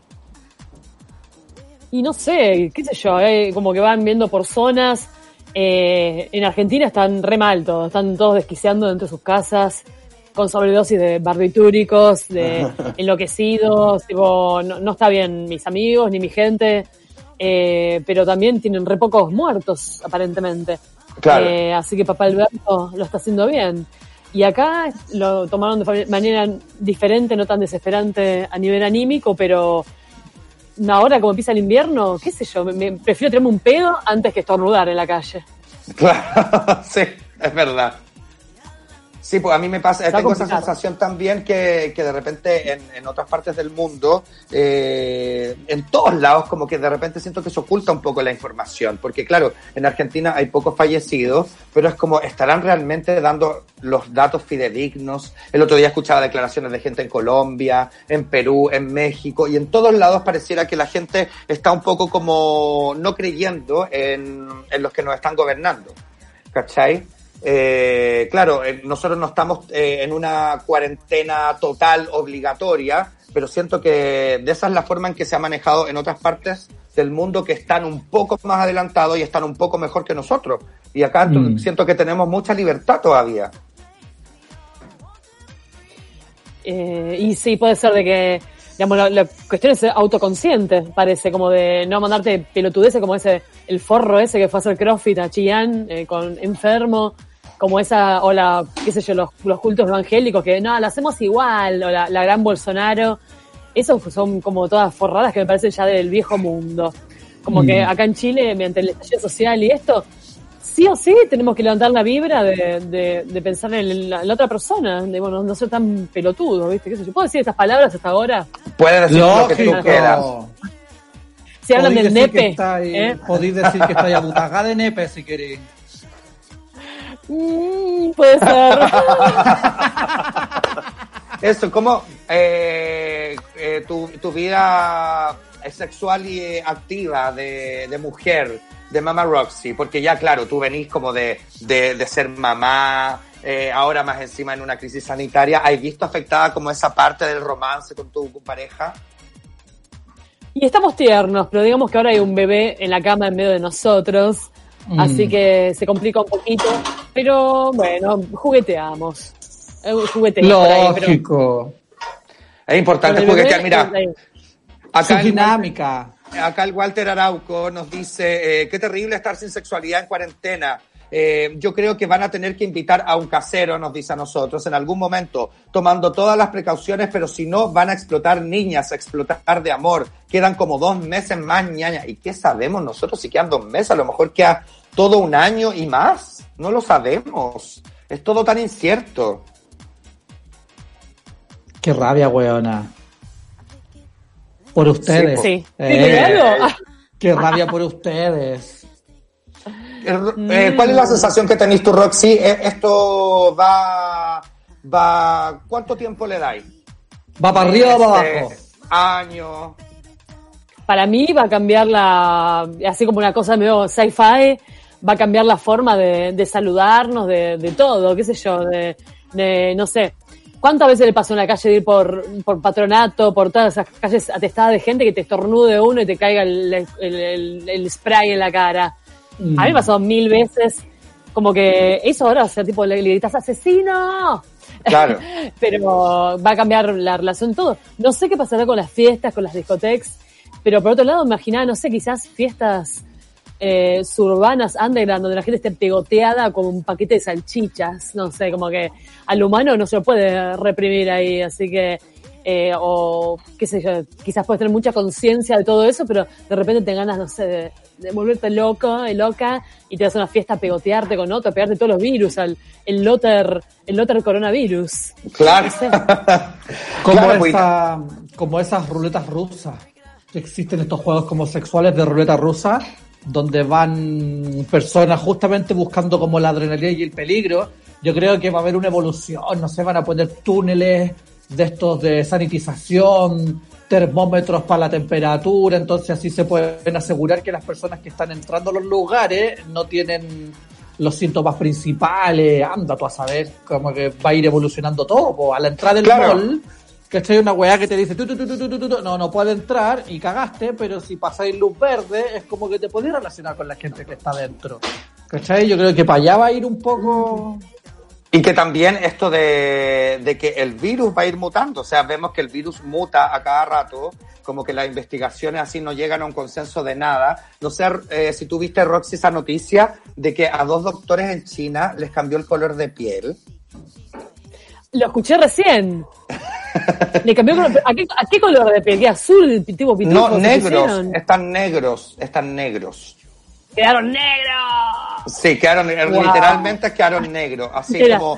Y no sé, qué sé yo, como que van viendo por zonas. En Argentina están re mal todos, están todos desquiciando dentro de sus casas, con sobredosis de barbitúricos, de enloquecidos, tipo, no está bien mis amigos ni mi gente, pero también tienen re pocos muertos, aparentemente. Claro. Así que Papá Alberto lo está haciendo bien. Y acá lo tomaron de manera diferente, no tan desesperante a nivel anímico, pero ahora como empieza el invierno, qué sé yo, prefiero tirarme un pedo antes que estornudar en la calle. Claro, sí, es verdad. Sí, pues a mí me pasa, Está tengo esa complicado. sensación también que de repente en otras partes del mundo, en todos lados, como que de repente siento que se oculta un poco la información, porque claro, en Argentina hay pocos fallecidos, pero es como, ¿estarán realmente dando los datos fidedignos? El otro día escuchaba declaraciones de gente en Colombia, en Perú, en México, y en todos lados pareciera que la gente está un poco como no creyendo en los que nos están gobernando, ¿cachai? Claro, nosotros no estamos en una cuarentena total obligatoria, pero siento que de esa es la forma en que se ha manejado en otras partes del mundo que están un poco más adelantados y están un poco mejor que nosotros. Y acá siento que tenemos mucha libertad todavía. Y sí, puede ser de que, digamos, la cuestión es autoconsciente, parece, como de no mandarte pelotudeces como el forro ese que fue a hacer CrossFit a Chillán, con enfermo, como esa, o qué sé yo, los cultos evangélicos que, no, lo hacemos igual, o la gran Bolsonaro. Esos son como todas forradas que me parecen ya del viejo mundo. Como que acá en Chile, mediante el estallido social y esto, sí o sí tenemos que levantar la vibra de pensar en la otra persona, de bueno, no ser tan pelotudo, ¿viste? ¿Qué sé yo? ¿Puedo decir estas palabras hasta ahora? Puedes decir lo que tú quieras. Si hablan del nepe, podéis decir que estáis abutagada de nepe si queréis. Puede ser. Eso, ¿cómo tu vida sexual y activa de mujer, de Mama Roxy? Porque ya, claro, tú venís como de ser mamá, ahora más encima en una crisis sanitaria. ¿Has visto afectada como esa parte del romance con tu pareja? Y estamos tiernos, pero digamos que ahora hay un bebé en la cama en medio de nosotros, así que se complica un poquito. Pero bueno, jugueteamos. Lógico. Es importante juguetear, mira. Acá su dinámica. Acá el Walter Arauco nos dice, qué terrible estar sin sexualidad en cuarentena. Yo creo que van a tener que invitar a un casero, nos dice a nosotros, en algún momento, tomando todas las precauciones, pero si no, van a explotar niñas, a explotar de amor. Quedan como 2 meses más, ñaña. ¿Y qué sabemos nosotros si quedan 2 meses? A lo mejor queda todo un año y más. No lo sabemos. Es todo tan incierto. Qué rabia, weona. Por ustedes. Sí. Qué rabia por ustedes. ¿Cuál es la sensación que tenéis tú, Roxy? ¿Esto va... ¿Cuánto tiempo le dais? ¿Va para arriba o para abajo? Años. Para mí va a cambiar así como una cosa medio sci-fi, va a cambiar la forma de saludarnos, de todo, qué sé yo, de no sé. ¿Cuántas veces le pasó en la calle de ir por Patronato, por todas esas calles atestadas de gente que te estornude uno y te caiga el spray en la cara? A mí me ha pasado 1000 veces, como que eso ahora, o sea, tipo, le gritas ¡asesino! Claro. Pero va a cambiar la relación todo. No sé qué pasará con las fiestas, con las discotecas, pero por otro lado, imaginá, no sé, quizás fiestas suburbanas, underground, donde la gente esté pegoteada como un paquete de salchichas, no sé, como que al humano no se lo puede reprimir ahí, así que o qué sé yo, quizás puedes tener mucha conciencia de todo eso, pero de repente te ganas, no sé, de volverte loco, loca, y te vas a una fiesta a pegotearte con otro, a pegarte todos los virus, el Lotter coronavirus. Claro. No sé. Como esas ruletas rusas. Existen estos juegos como sexuales de ruleta rusa, donde van personas justamente buscando como la adrenalina y el peligro. Yo creo que va a haber una evolución, no sé, van a poner túneles de estos de sanitización, termómetros para la temperatura, entonces así se pueden asegurar que las personas que están entrando a los lugares no tienen los síntomas principales. Anda tú a saber, como que va a ir evolucionando todo, pues a la entrada del mall, ¿cachai? Una weá que te dice no puede entrar y cagaste, pero si pasáis luz verde es como que te podés relacionar con la gente que está dentro, ¿cachai? Yo creo que para allá va a ir un poco. Y que también esto de que el virus va a ir mutando, o sea, vemos que el virus muta a cada rato, como que las investigaciones así no llegan a un consenso de nada. No sé si tú viste, Roxy, esa noticia de que a 2 doctores en China les cambió el color de piel. Lo escuché recién. Le cambió ¿a qué color de piel? ¿Qué azul? Tipo pitufo, no, negros, están negros. ¡Quedaron negros! Sí, literalmente quedaron negros, así como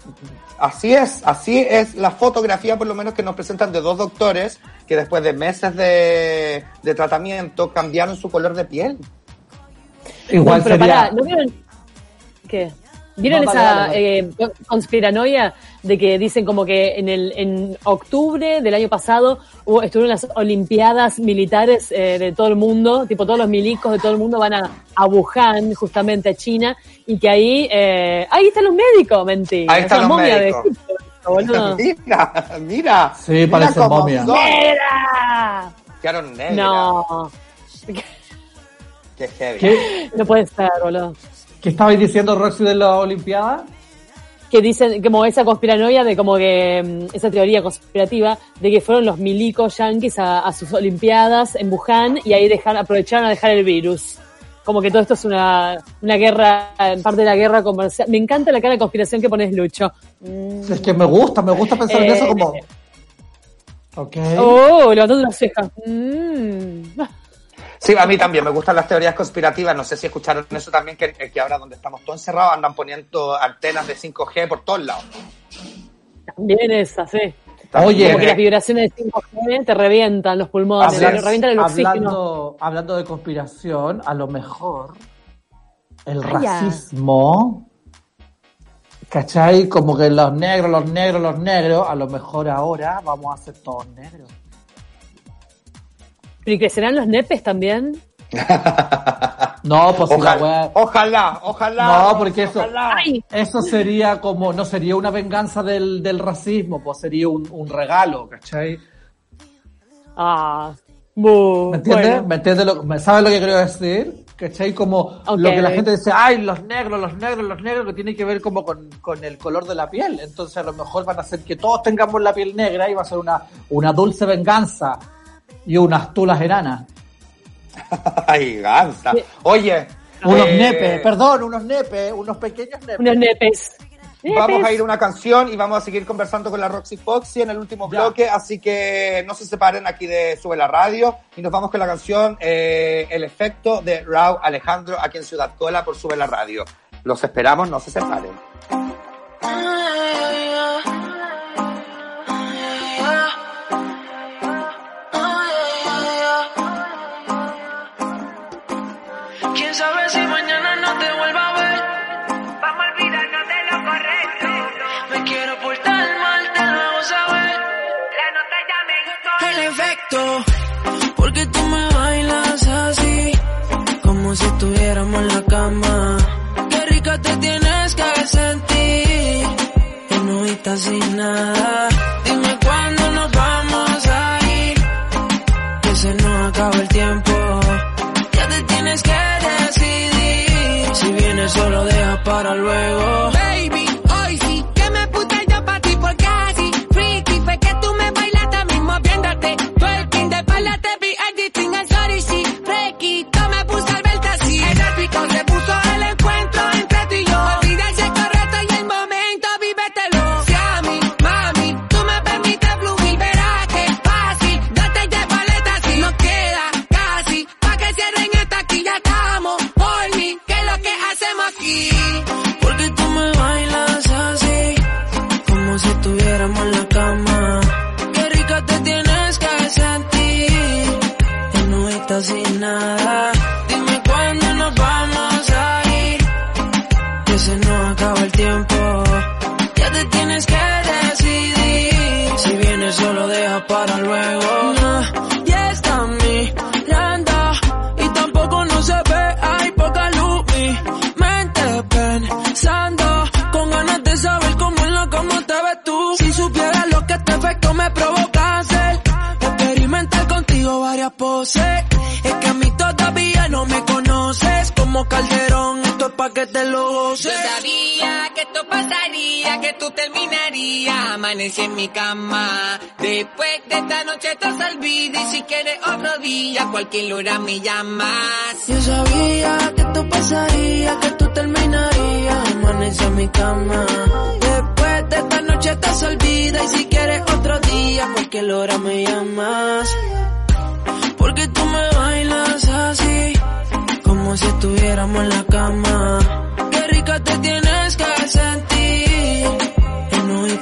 Así es la fotografía, por lo menos, que nos presentan de 2 doctores que después de meses de tratamiento cambiaron su color de piel. Igual pero sería... pará, ¿no vieron? ¿Qué? ¿Vieron No, esa vale. conspiranoia de que dicen como que en octubre del año pasado estuvieron las Olimpiadas militares de todo el mundo, tipo todos los milicos de todo el mundo van a Wuhan, justamente a China, y que ahí están los médicos, mentira. Ahí están Esa los momia médicos. de Egipto, boludo. Mira. Sí, mira parecen cómo momias. son. ¡Negra! Quedaron negras. No, Qué heavy. ¿Qué, no puede ser, boludo. ¿Qué estabais diciendo, Roxy, de la Olimpiada? Que dicen como esa conspiranoia de como que esa teoría conspirativa de que fueron los milicos yanquis a sus olimpiadas en Wuhan y ahí aprovecharon a dejar el virus. Como que todo esto es una guerra, parte de la guerra comercial. Me encanta la cara de conspiración que pones, Lucho. Es que me gusta pensar en eso como... Ok. Oh, levantando una ceja. Sí, a mí también me gustan las teorías conspirativas. No sé si escucharon eso también, que ahora donde estamos todos encerrados andan poniendo antenas de 5G por todos lados. También esa, sí. Oye, Como que las vibraciones de 5G te revientan los pulmones, Así es. revientan el oxígeno. Hablando de conspiración, a lo mejor el Vaya. racismo, ¿cachai? Como que los negros, a lo mejor ahora vamos a ser todos negros. ¿Pero y crecerán los nepes también? No, pues si la wea... Ojalá. No, porque ojalá. eso sería como, no sería una venganza del racismo, pues sería un regalo, ¿cachai? ¿Me entiendes? Bueno. ¿Me entiendes? ¿Sabes lo que quiero decir? ¿Cachai? Como Ok. lo que la gente dice, ay, los negros, que tiene que ver como con el color de la piel. Entonces a lo mejor van a hacer que todos tengamos la piel negra y va a ser una dulce venganza y unas tulas enanas. Ay, gansa. Oye. Unos nepes, unos pequeños nepes. Unos nepes. Vamos a ir a una canción y vamos a seguir conversando con la Roxy Foxy en el último bloque, así que no se separen aquí de Sube la Radio y nos vamos con la canción El Efecto de Rauw Alejandro aquí en Ciudad Cola por Sube la Radio. Los esperamos, no se separen. ¿Quién sabe si mañana no te vuelva a ver? Vamos a olvidarnos de lo correcto. Me quiero portar mal, te lo hago saber. La nota ya me gustó. El efecto, porque tú me bailas así, como si estuviéramos en la cama. Qué rica te tienes que sentir, y no estás sin nada. Dime cuándo nos vamos a ir, que se nos acaba el tiempo. Ya te tienes que decidir, si vienes solo deja para luego. Baby, hoy sí que me puse yo pa' ti porque así freaky fue que tú me bailaste mismo viéndote. Twerking de espalda te vi editing el story, sí, freaky. Yo me puse al verte así, enérgico se puso el encuentro entre tú y yo. Olvida ese correcto y el momento, vívetelo. Si a mí, mami, tú me permites fluir, verás que es fácil. Date de paleta si no queda casi, pa' que cierren esta aquí ya estamos. Por mí, ¿qué es lo que hacemos aquí? Porque tú me bailas así, como si estuviéramos en la cama. Qué rica te tienes que sentir, y no estás sin nada. Dime cuándo nos vamos a ir, que se nos acaba el tiempo. Ya te tienes que decidir, si vienes solo deja para luego. Ya está mirando y tampoco no se ve, hay poca luz. Mi mente pensando, con ganas de saber cómo es lo como te ves tú. Si supieras lo que este efecto me provoca hacer, experimentar contigo varias poses. Es que a mí todavía no me conoces, como Calderón, esto es pa' que te lo goces. Yo sabía que esto pasaría, que tú terminarías. Amanecí en mi cama. Después de esta noche te se olvida. Y si quieres otro día, cualquier hora me llamas. Yo sabía que esto pasaría, que tú terminarías. Amanecí en mi cama. Después de esta noche te se olvida. Y si quieres otro día, cualquier hora me llamas. Porque tú me bailas así, como si estuviéramos en la cama. Qué rica te tienes que sentir,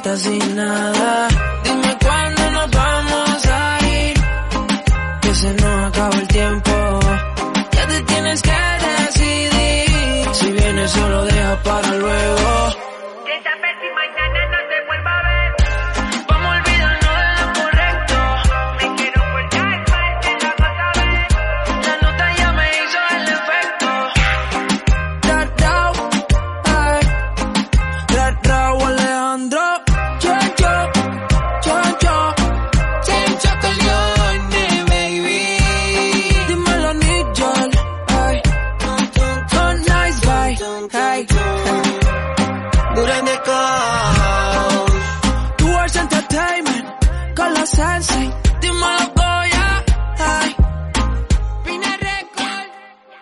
estás sin nada. Dime cuándo nos vamos a ir, que se nos acaba el tiempo. Ya te tienes que decidir, si vienes solo deja para luego. ¿Qué saber si mañana no te vuelva a ver? Vamos a olvidarnos de lo correcto. Me quiero portar mal, te lo vas a ver. La nota ya me hizo el efecto. Rao Alejandro. Yo. Sin chocolate, baby. Dímelo, Nigel. Ay. So nice, bye. Hey. Duran de coach. Towards Entertainment. Con la Sensei. Dímelo, Goya. Ay. Pina Record.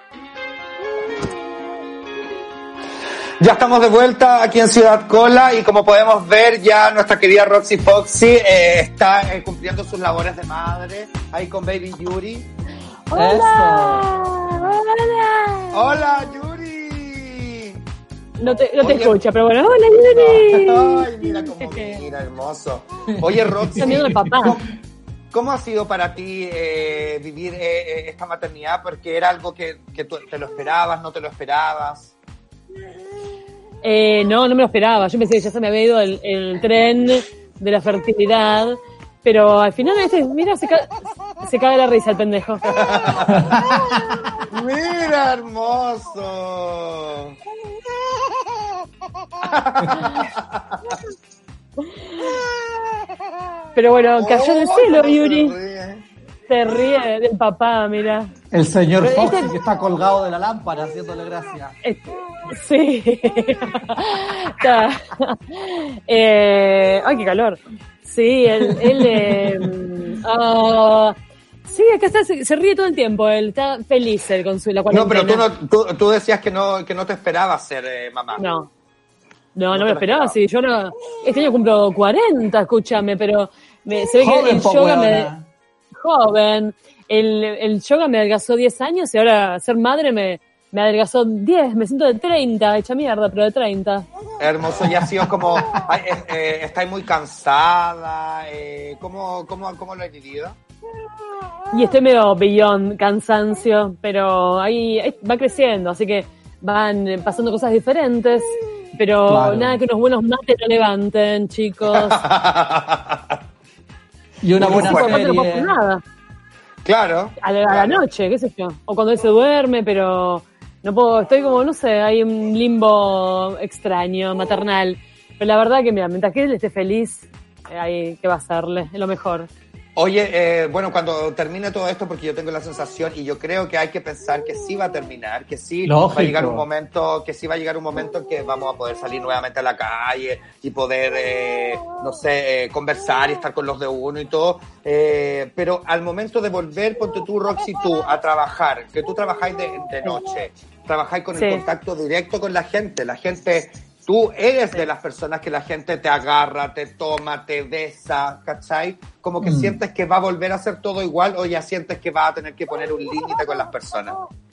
Ya estamos de vuelta aquí en Ciudad Cola y como podemos ver ya nuestra querida Roxy Foxy está cumpliendo sus labores de madre ahí con Baby Yuri. Hola Yuri. No te Oye. escucha, pero bueno, hola Yuri. Ay, mira cómo mira, hermoso. Oye Roxy, Está viendo el papá. ¿cómo ha sido para ti vivir esta maternidad? Porque era algo que tú te lo esperabas, no te lo esperabas. No me lo esperaba. Yo pensé que ya se me había ido el tren de la fertilidad, pero al final, mira, se cae de la risa el pendejo. Mira, hermoso. Pero bueno, cayó del cielo, no Yuri. se ríe. Se ríe del papá, mira. El señor Foxy que está colgado de la lámpara haciéndole gracia. Sí. Está. Ay, qué calor. Sí, sí, acá está, se ríe todo el tiempo. Él está feliz con la cuarentena. No, pero tú decías que no te esperabas ser mamá. No me lo esperaba. Sí, yo no. Este año cumplo 40, escúchame, pero se ve que el yoga joven. El yoga me adelgazó 10 años y ahora ser madre me adelgazó 10. Me siento de 30, hecha mierda, pero de 30. Hermoso, ya ha sido como... estáis muy cansada. ¿Cómo lo has vivido? Y estoy medio beyond cansancio, pero ahí va creciendo, así que van pasando cosas diferentes, pero claro. Nada que unos buenos mates lo levanten, chicos. Y una buena no puedo serie. hacer nada. Claro. A la noche, qué sé yo. O cuando él se duerme, pero no puedo, estoy como, no sé, hay un limbo extraño, maternal. Pero la verdad que, mira, mientras que él esté feliz, ¿qué va a hacerle? Es lo mejor. Oye, bueno, cuando termine todo esto, porque yo tengo la sensación y yo creo que hay que pensar que sí va a terminar, que sí Lógico. va a llegar un momento, en que vamos a poder salir nuevamente a la calle y poder, conversar y estar con los de uno y todo. Pero al momento de volver, ponte tú, Roxy, tú a trabajar, que tú trabajáis de noche, trabajáis con el contacto directo con la gente. Tú eres de las personas que la gente te agarra, te toma, te besa, ¿cachai? Como que sientes que va a volver a ser todo igual o ya sientes que va a tener que poner un límite con las personas.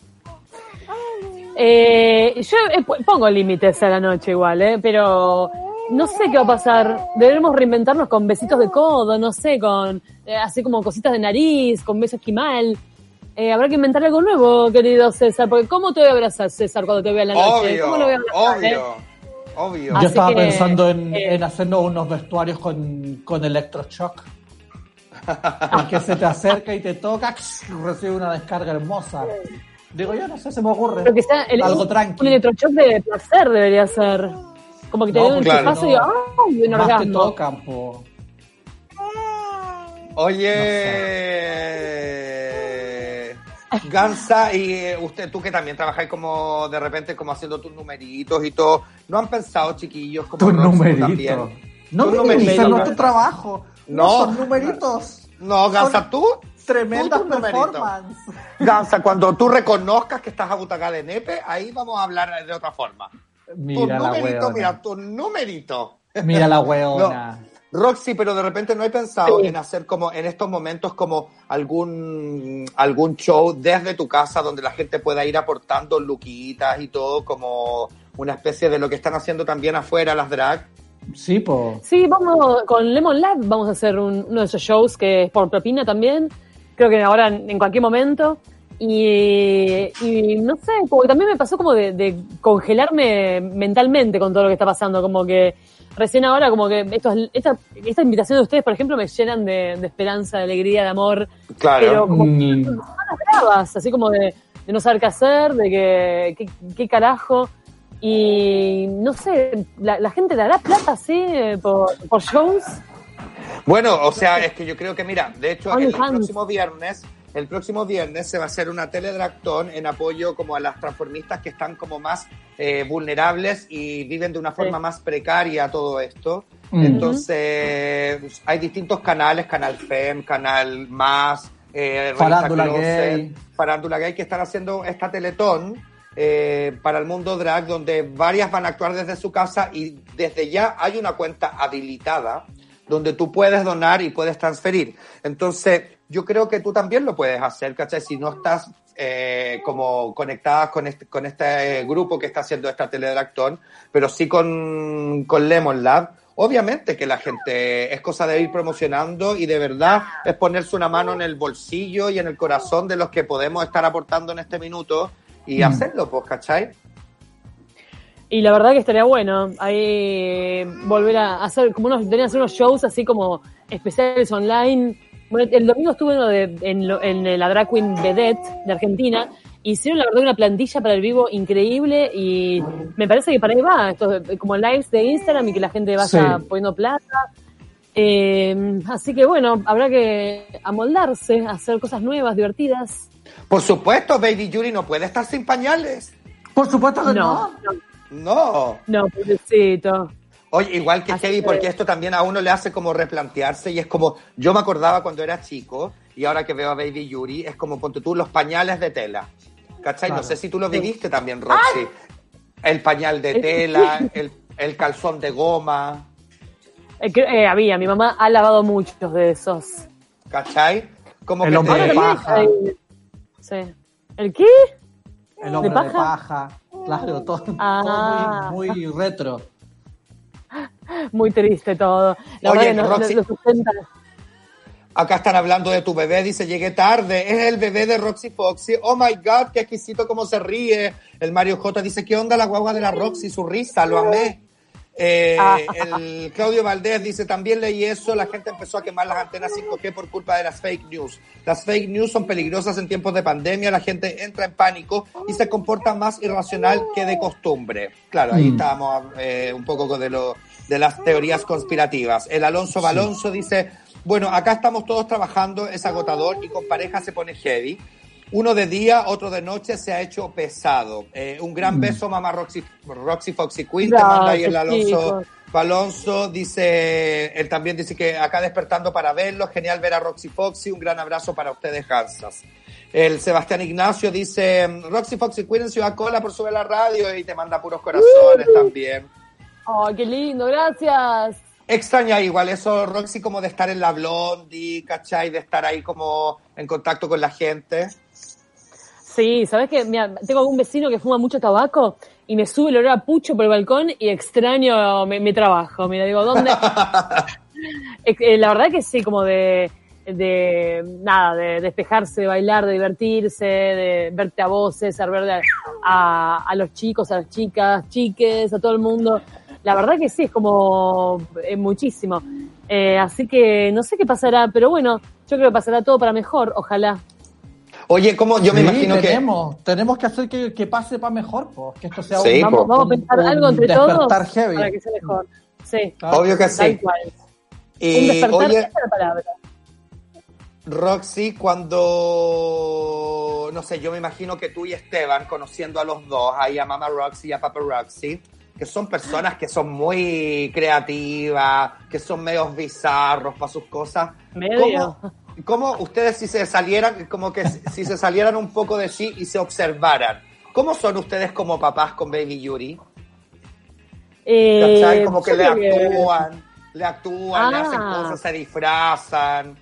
Yo pongo límites a la noche igual, pero no sé qué va a pasar. Debemos reinventarnos con besitos de codo, no sé, con así como cositas de nariz, con beso esquimal. Habrá que inventar algo nuevo, querido César, porque ¿cómo te voy a abrazar, César, cuando te vea en la noche? ¿Cómo lo voy a abrazar, Obvio. Yo estaba pensando en hacernos unos vestuarios con electroshock. El que se te acerca y te toca, recibe una descarga hermosa. Digo yo, no sé, se me ocurre. Pero que sea algo tranqui. Un electroshock de placer debería ser. Como que te den un chupazo y un más orgasmo. te tocan, po. Oye, Gansa, y tú que también trabajáis como de repente como haciendo tus numeritos y todo, ¿no han pensado, chiquillos, como Tus Roxy, numeritos. también? No, Tus numeritos, no es tu trabajo. No. Son numeritos. No, Gansa, tú. Tremendas tus numeritos. performance. Gansa, cuando tú reconozcas que estás abutacada de nepe, ahí vamos a hablar de otra forma. Mira la hueona. Mira, tu numerito. Mira la hueona. No. Roxy, pero de repente no he pensado en hacer como en estos momentos como algún show desde tu casa donde la gente pueda ir aportando luquitas y todo, como una especie de lo que están haciendo también afuera las drag. Sí, po. Sí, vamos con Lemon Lab, vamos a hacer uno de esos shows que es por propina también. Creo que ahora en cualquier momento. Y no sé, porque también me pasó como de congelarme mentalmente con todo lo que está pasando, como que recién ahora como que esta invitación de ustedes, por ejemplo, me llenan de esperanza, de alegría, de amor. Claro. Pero como semanas bravas, así como de no saber qué hacer, de qué carajo. Y no sé, la gente le dará plata así por shows. Bueno, o sea, es que yo creo que, mira, de hecho, el próximo viernes se va a hacer una teledractón en apoyo como a las transformistas que están como más vulnerables y viven de una forma más precaria todo esto. Entonces, hay distintos canales, Canal FEM, Canal Más, Farándula Gay. Farándula Gay, que están haciendo esta teletón para el mundo drag, donde varias van a actuar desde su casa y desde ya hay una cuenta habilitada donde tú puedes donar y puedes transferir. Entonces, yo creo que tú también lo puedes hacer, ¿cachai? Si no estás como conectadas con este grupo que está haciendo esta teledractón, pero sí con Lemon Lab. Obviamente que la gente es cosa de ir promocionando y de verdad es ponerse una mano en el bolsillo y en el corazón de los que podemos estar aportando en este minuto y hacerlo, pues, ¿cachai? Y la verdad que estaría bueno ahí volver a hacer como unos shows así como especiales online. Bueno, el domingo estuve uno en la Drag Queen Vedette de Argentina. Hicieron la verdad una plantilla para el vivo increíble y me parece que para ahí va, esto como lives de Instagram y que la gente vaya poniendo plata. Así que bueno, habrá que amoldarse, hacer cosas nuevas, divertidas. Por supuesto, Baby Yuri no puede estar sin pañales. Por supuesto que no. No, pobrecito. Oye, igual que Heavy, porque esto también a uno le hace como replantearse y es como, yo me acordaba cuando era chico y ahora que veo a Baby Yuri, es como, ponte tú, los pañales de tela. ¿Cachai? Claro. No sé si tú lo viviste también, Roxy. ¡Ay! El pañal de tela, el calzón de goma. Mi mamá ha lavado muchos de esos. ¿Cachai? Como el hombre de paja. Sí. ¿El qué? El hombre de paja. Claro, todo muy retro. Muy triste todo. La Oye, verdad Roxy, lo sustenta. Acá están hablando de tu bebé, dice, llegué tarde, es el bebé de Roxy Foxy, oh my god, qué exquisito cómo se ríe. El Mario J dice, ¿qué onda la guagua de la Roxy? Su risa, lo amé. El Claudio Valdés dice, también leí eso, la gente empezó a quemar las antenas 5G por culpa de las fake news. Las fake news son peligrosas en tiempos de pandemia, la gente entra en pánico y se comporta más irracional que de costumbre. Claro, ahí estábamos un poco de las teorías conspirativas. El Alonso Balonso dice, bueno, acá estamos todos trabajando, es agotador y con pareja se pone heavy. Uno de día, otro de noche, se ha hecho pesado. Un gran beso, mamá Roxy Foxy Queen. Te manda ahí el Alonso Balonso. Dice, él también dice que acá despertando para verlo. Genial ver a Roxy Foxy. Un gran abrazo para ustedes, Hansas. El Sebastián Ignacio dice, Roxy Foxy Queen en Ciudad Cola por Sube la Radio. Y te manda puros corazones también. ¡Oh, qué lindo! Gracias. Extraña igual eso, Roxy, como de estar en la Blondie, ¿cachai? De estar ahí como en contacto con la gente. Sí, ¿sabes qué? Mira, tengo algún vecino que fuma mucho tabaco y me sube el olor a pucho por el balcón y extraño mi trabajo. Mira, digo, ¿dónde? La verdad que sí, como de despejarse, de bailar, de divertirse, de verte a voces, a ver a los chicos, a las chicas, chiques, a todo el mundo. La verdad que sí, es como muchísimo. Así que no sé qué pasará, pero bueno, yo creo que pasará todo para mejor, ojalá. Oye, ¿cómo? Yo me imagino tenemos que hacer que pase para mejor, pues, que esto sea vamos a pensar algo entre todos heavy. Para que sea mejor. Sí. Obvio que sí. Y, un despertar, esa es la palabra. Roxy, cuando, no sé, yo me imagino que tú y Esteban, conociendo a los dos, ahí a Mama Roxy y a Papa Roxy, que son personas que son muy creativas, que son medios bizarros para sus cosas. ¿Cómo ustedes si se salieran un poco de sí y se observaran? ¿Cómo son ustedes como papás con Baby Yuri? ¿Cachai? Como que le actúan, le hacen cosas, se disfrazan.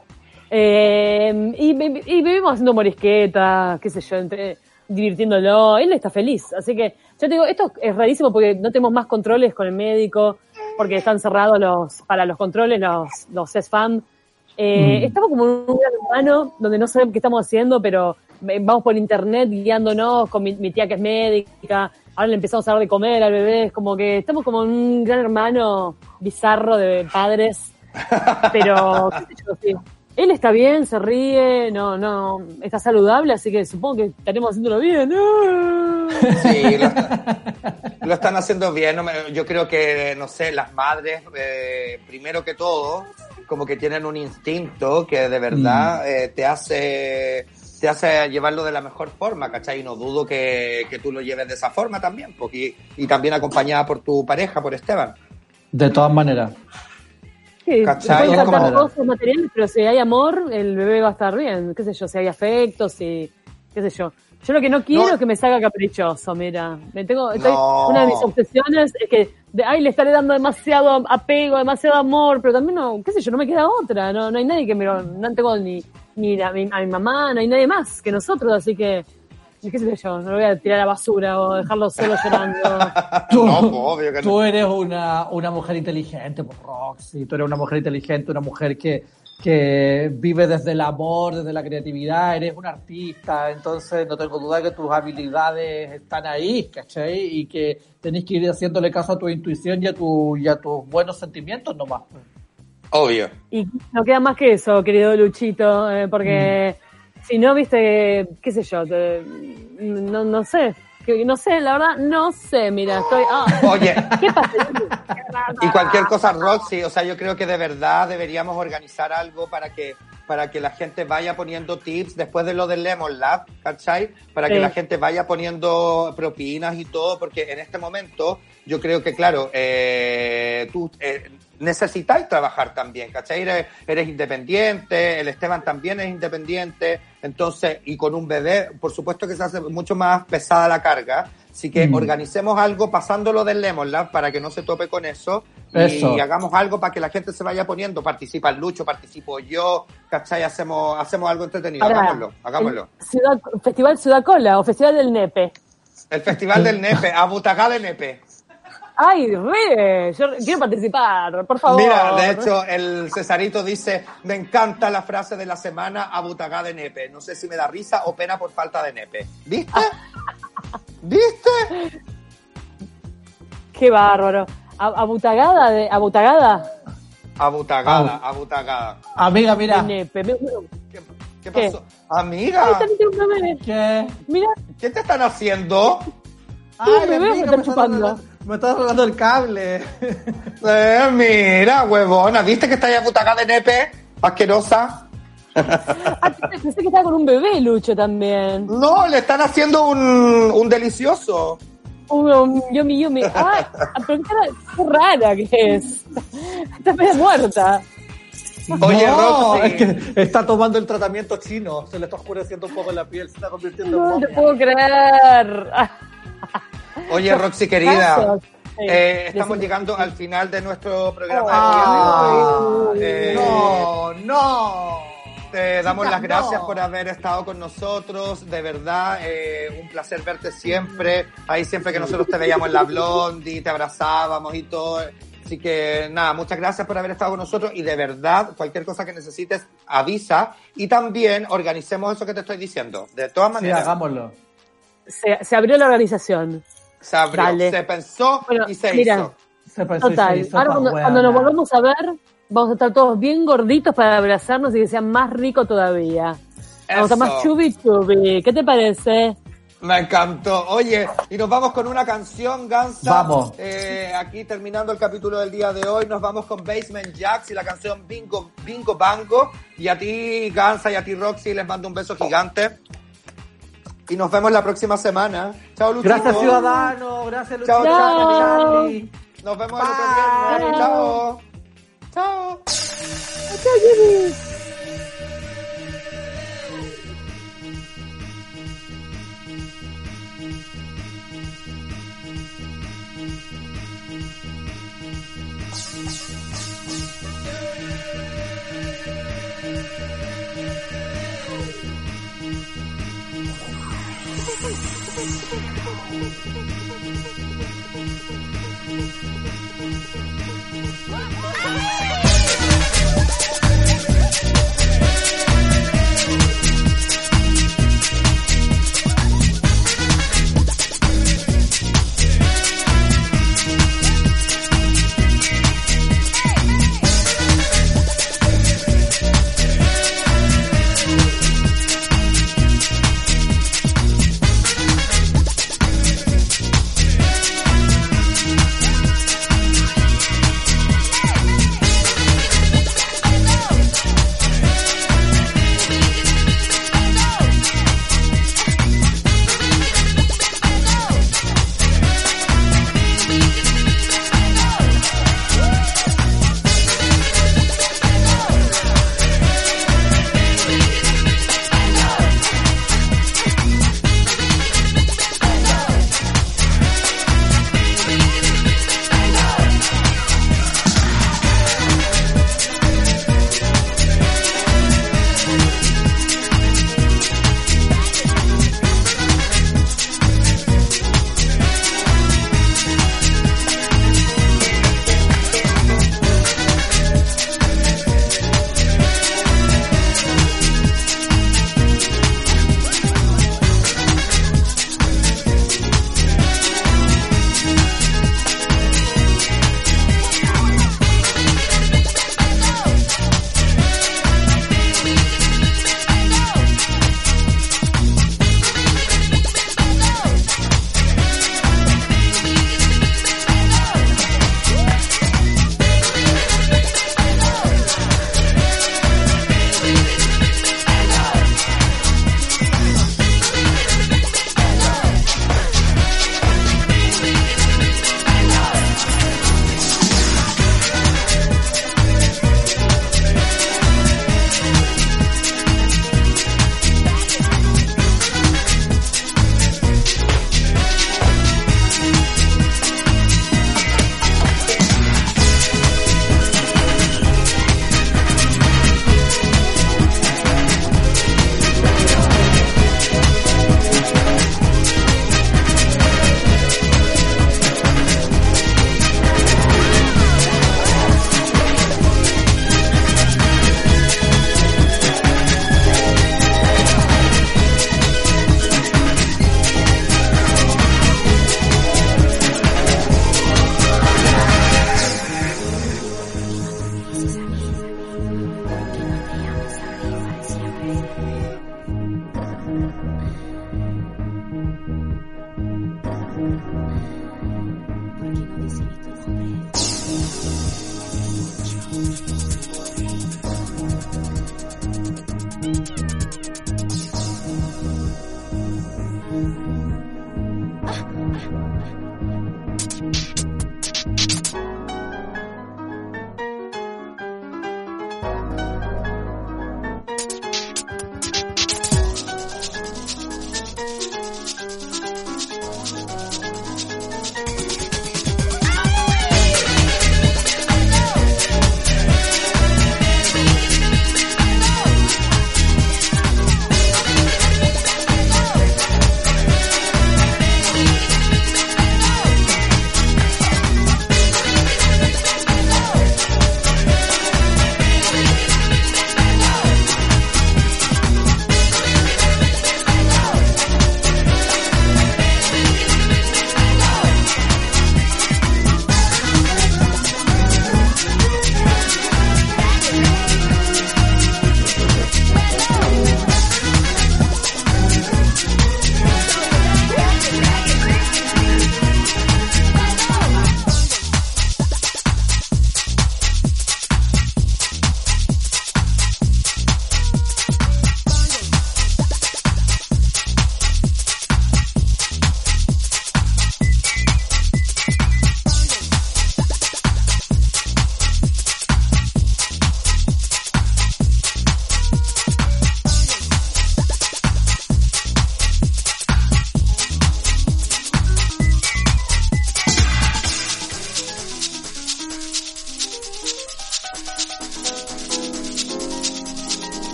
Y vivimos haciendo morisquetas, qué sé yo, divirtiéndolo. Él está feliz, así que yo te digo, esto es rarísimo porque no tenemos más controles con el médico. porque están cerrados para los controles, los SFAM. Estamos como en un gran hermano donde no sabemos qué estamos haciendo, pero vamos por internet guiándonos con mi tía que es médica. Ahora le empezamos a dar de comer al bebé. Es como que estamos como en un gran hermano bizarro de padres. Pero, qué sé yo, sí. Él está bien, se ríe, no, está saludable, así que supongo que estaremos haciéndolo bien. Sí, lo están haciendo bien. Yo creo que, no sé, las madres, primero que todo, como que tienen un instinto que de verdad te hace llevarlo de la mejor forma, ¿cachai? Y no dudo que tú lo lleves de esa forma también, porque, y también acompañada por tu pareja, por Esteban. De todas maneras. Sí, ¿cachai? pueden faltar cosas materiales, pero si hay amor, el bebé va a estar bien. Qué sé yo, si hay afecto, qué sé yo. Yo lo que no quiero es que me salga caprichoso, mira. Una de mis obsesiones es que le estaré dando demasiado apego, demasiado amor, pero también qué sé yo, no me queda otra. No hay nadie que no tengo ni a mi mamá, no hay nadie más que nosotros, así que qué sé yo, no lo voy a tirar a la basura o dejarlo solo llorando. Obvio que no. Tú eres una mujer inteligente, pues, Roxy. Tú eres una mujer inteligente, una mujer que vive desde el amor, desde la creatividad. Eres una artista, entonces no tengo duda que tus habilidades están ahí, ¿cachai? Y que tenés que ir haciéndole caso a tu intuición y a tus buenos sentimientos nomás. Obvio. Y no queda más que eso, querido Luchito, porque si no, viste, qué sé yo, no sé. No sé, la verdad, no sé, mira, estoy... Oye. ¿Qué pasa? Y cualquier cosa, Roxy, o sea, yo creo que de verdad deberíamos organizar algo para que la gente vaya poniendo tips después de lo del Lemon Lab, ¿cachai? Para que la gente vaya poniendo propinas y todo, porque en este momento yo creo que, claro, tú necesitáis trabajar también, ¿cachai? Eres independiente, el Esteban también es independiente, entonces, y con un bebé, por supuesto que se hace mucho más pesada la carga, así que organicemos algo pasándolo del Lemon Lab para que no se tope con eso. Y hagamos algo para que la gente se vaya poniendo, participa el Lucho, participo yo, ¿cachai? Hacemos algo entretenido, hagámoslo. Festival Ciudad Cola o Festival del Nepe. El Festival del Nepe, Abutagá de Nepe. ¡Ay, re! Yo quiero participar, por favor. Mira, de hecho, el Cesarito dice, me encanta la frase de la semana, Abutagá de Nepe. No sé si me da risa o pena por falta de nepe. ¿Viste? ¿Viste? ¡Qué bárbaro! ¿Abutagada? Abutagada. Amiga, mira. Nepe. ¿Qué pasó? Amiga. ¿Qué? Mira. ¿Qué te están haciendo? Ay, amiga, me están chupando. Me estás robando el cable. Mira, huevona, ¿viste que está ahí Abutagada de Nepe? Asquerosa. Pensé que estaba con un bebé, Lucho, también. No, le están haciendo un delicioso. Un yumi. Ay, pero qué rara que es. Está medio muerta. Oye, no, Roxy. es que está tomando el tratamiento chino. Se le está oscureciendo un poco la piel, se está convirtiendo en momia. No te puedo creer. Oye, Roxy, querida, estamos llegando al final de nuestro programa de No. Te damos las gracias por haber estado con nosotros, de verdad, un placer verte siempre. Ahí siempre que nosotros te veíamos en la Blondie, te abrazábamos y todo. Así que nada, muchas gracias por haber estado con nosotros y de verdad, cualquier cosa que necesites, avisa. Y también organicemos eso que te estoy diciendo. De todas maneras. Sí, hagámoslo. Se abrió la organización. Se abrió, Dale. se pensó y se hizo. Se pensó total. y se hizo. Ahora cuando nos volvamos a ver, vamos a estar todos bien gorditos para abrazarnos y que sea más rico todavía. Vamos a estar más chubi. ¿Qué te parece? Me encantó. Oye, y nos vamos con una canción, Gansa. Vamos. Aquí terminando el capítulo del día de hoy, nos vamos con Basement Jaxx y la canción Bingo Bango. Y a ti, Gansa, y a ti, Roxy, les mando un beso gigante. Y nos vemos la próxima semana. Chao, Luchito. Gracias, ciudadano. Gracias, Luchito. Chao. Nos vemos el otro viernes. Chao. Chao. Chao, Jimmy.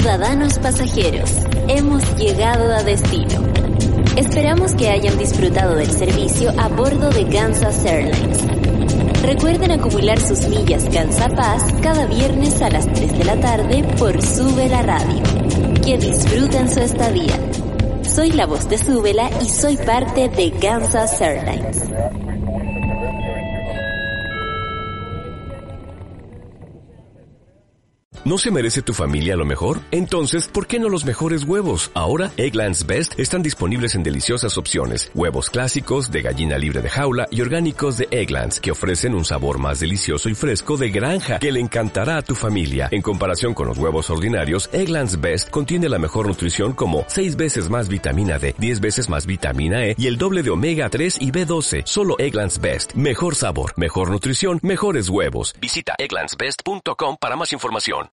Ciudadanos pasajeros, hemos llegado a destino. Esperamos que hayan disfrutado del servicio a bordo de Kansas Airlines. Recuerden acumular sus millas Kansapaz cada viernes a las 3 de la tarde por Sube la Radio. Que disfruten su estadía. Soy la voz de Súbela y soy parte de Kansas Airlines. ¿No se merece tu familia lo mejor? Entonces, ¿por qué no los mejores huevos? Ahora, Eggland's Best están disponibles en deliciosas opciones. Huevos clásicos, de gallina libre de jaula y orgánicos de Eggland's, que ofrecen un sabor más delicioso y fresco de granja, que le encantará a tu familia. En comparación con los huevos ordinarios, Eggland's Best contiene la mejor nutrición como 6 veces más vitamina D, 10 veces más vitamina E y el doble de omega 3 y B12. Solo Eggland's Best. Mejor sabor, mejor nutrición, mejores huevos. Visita egglandsbest.com para más información.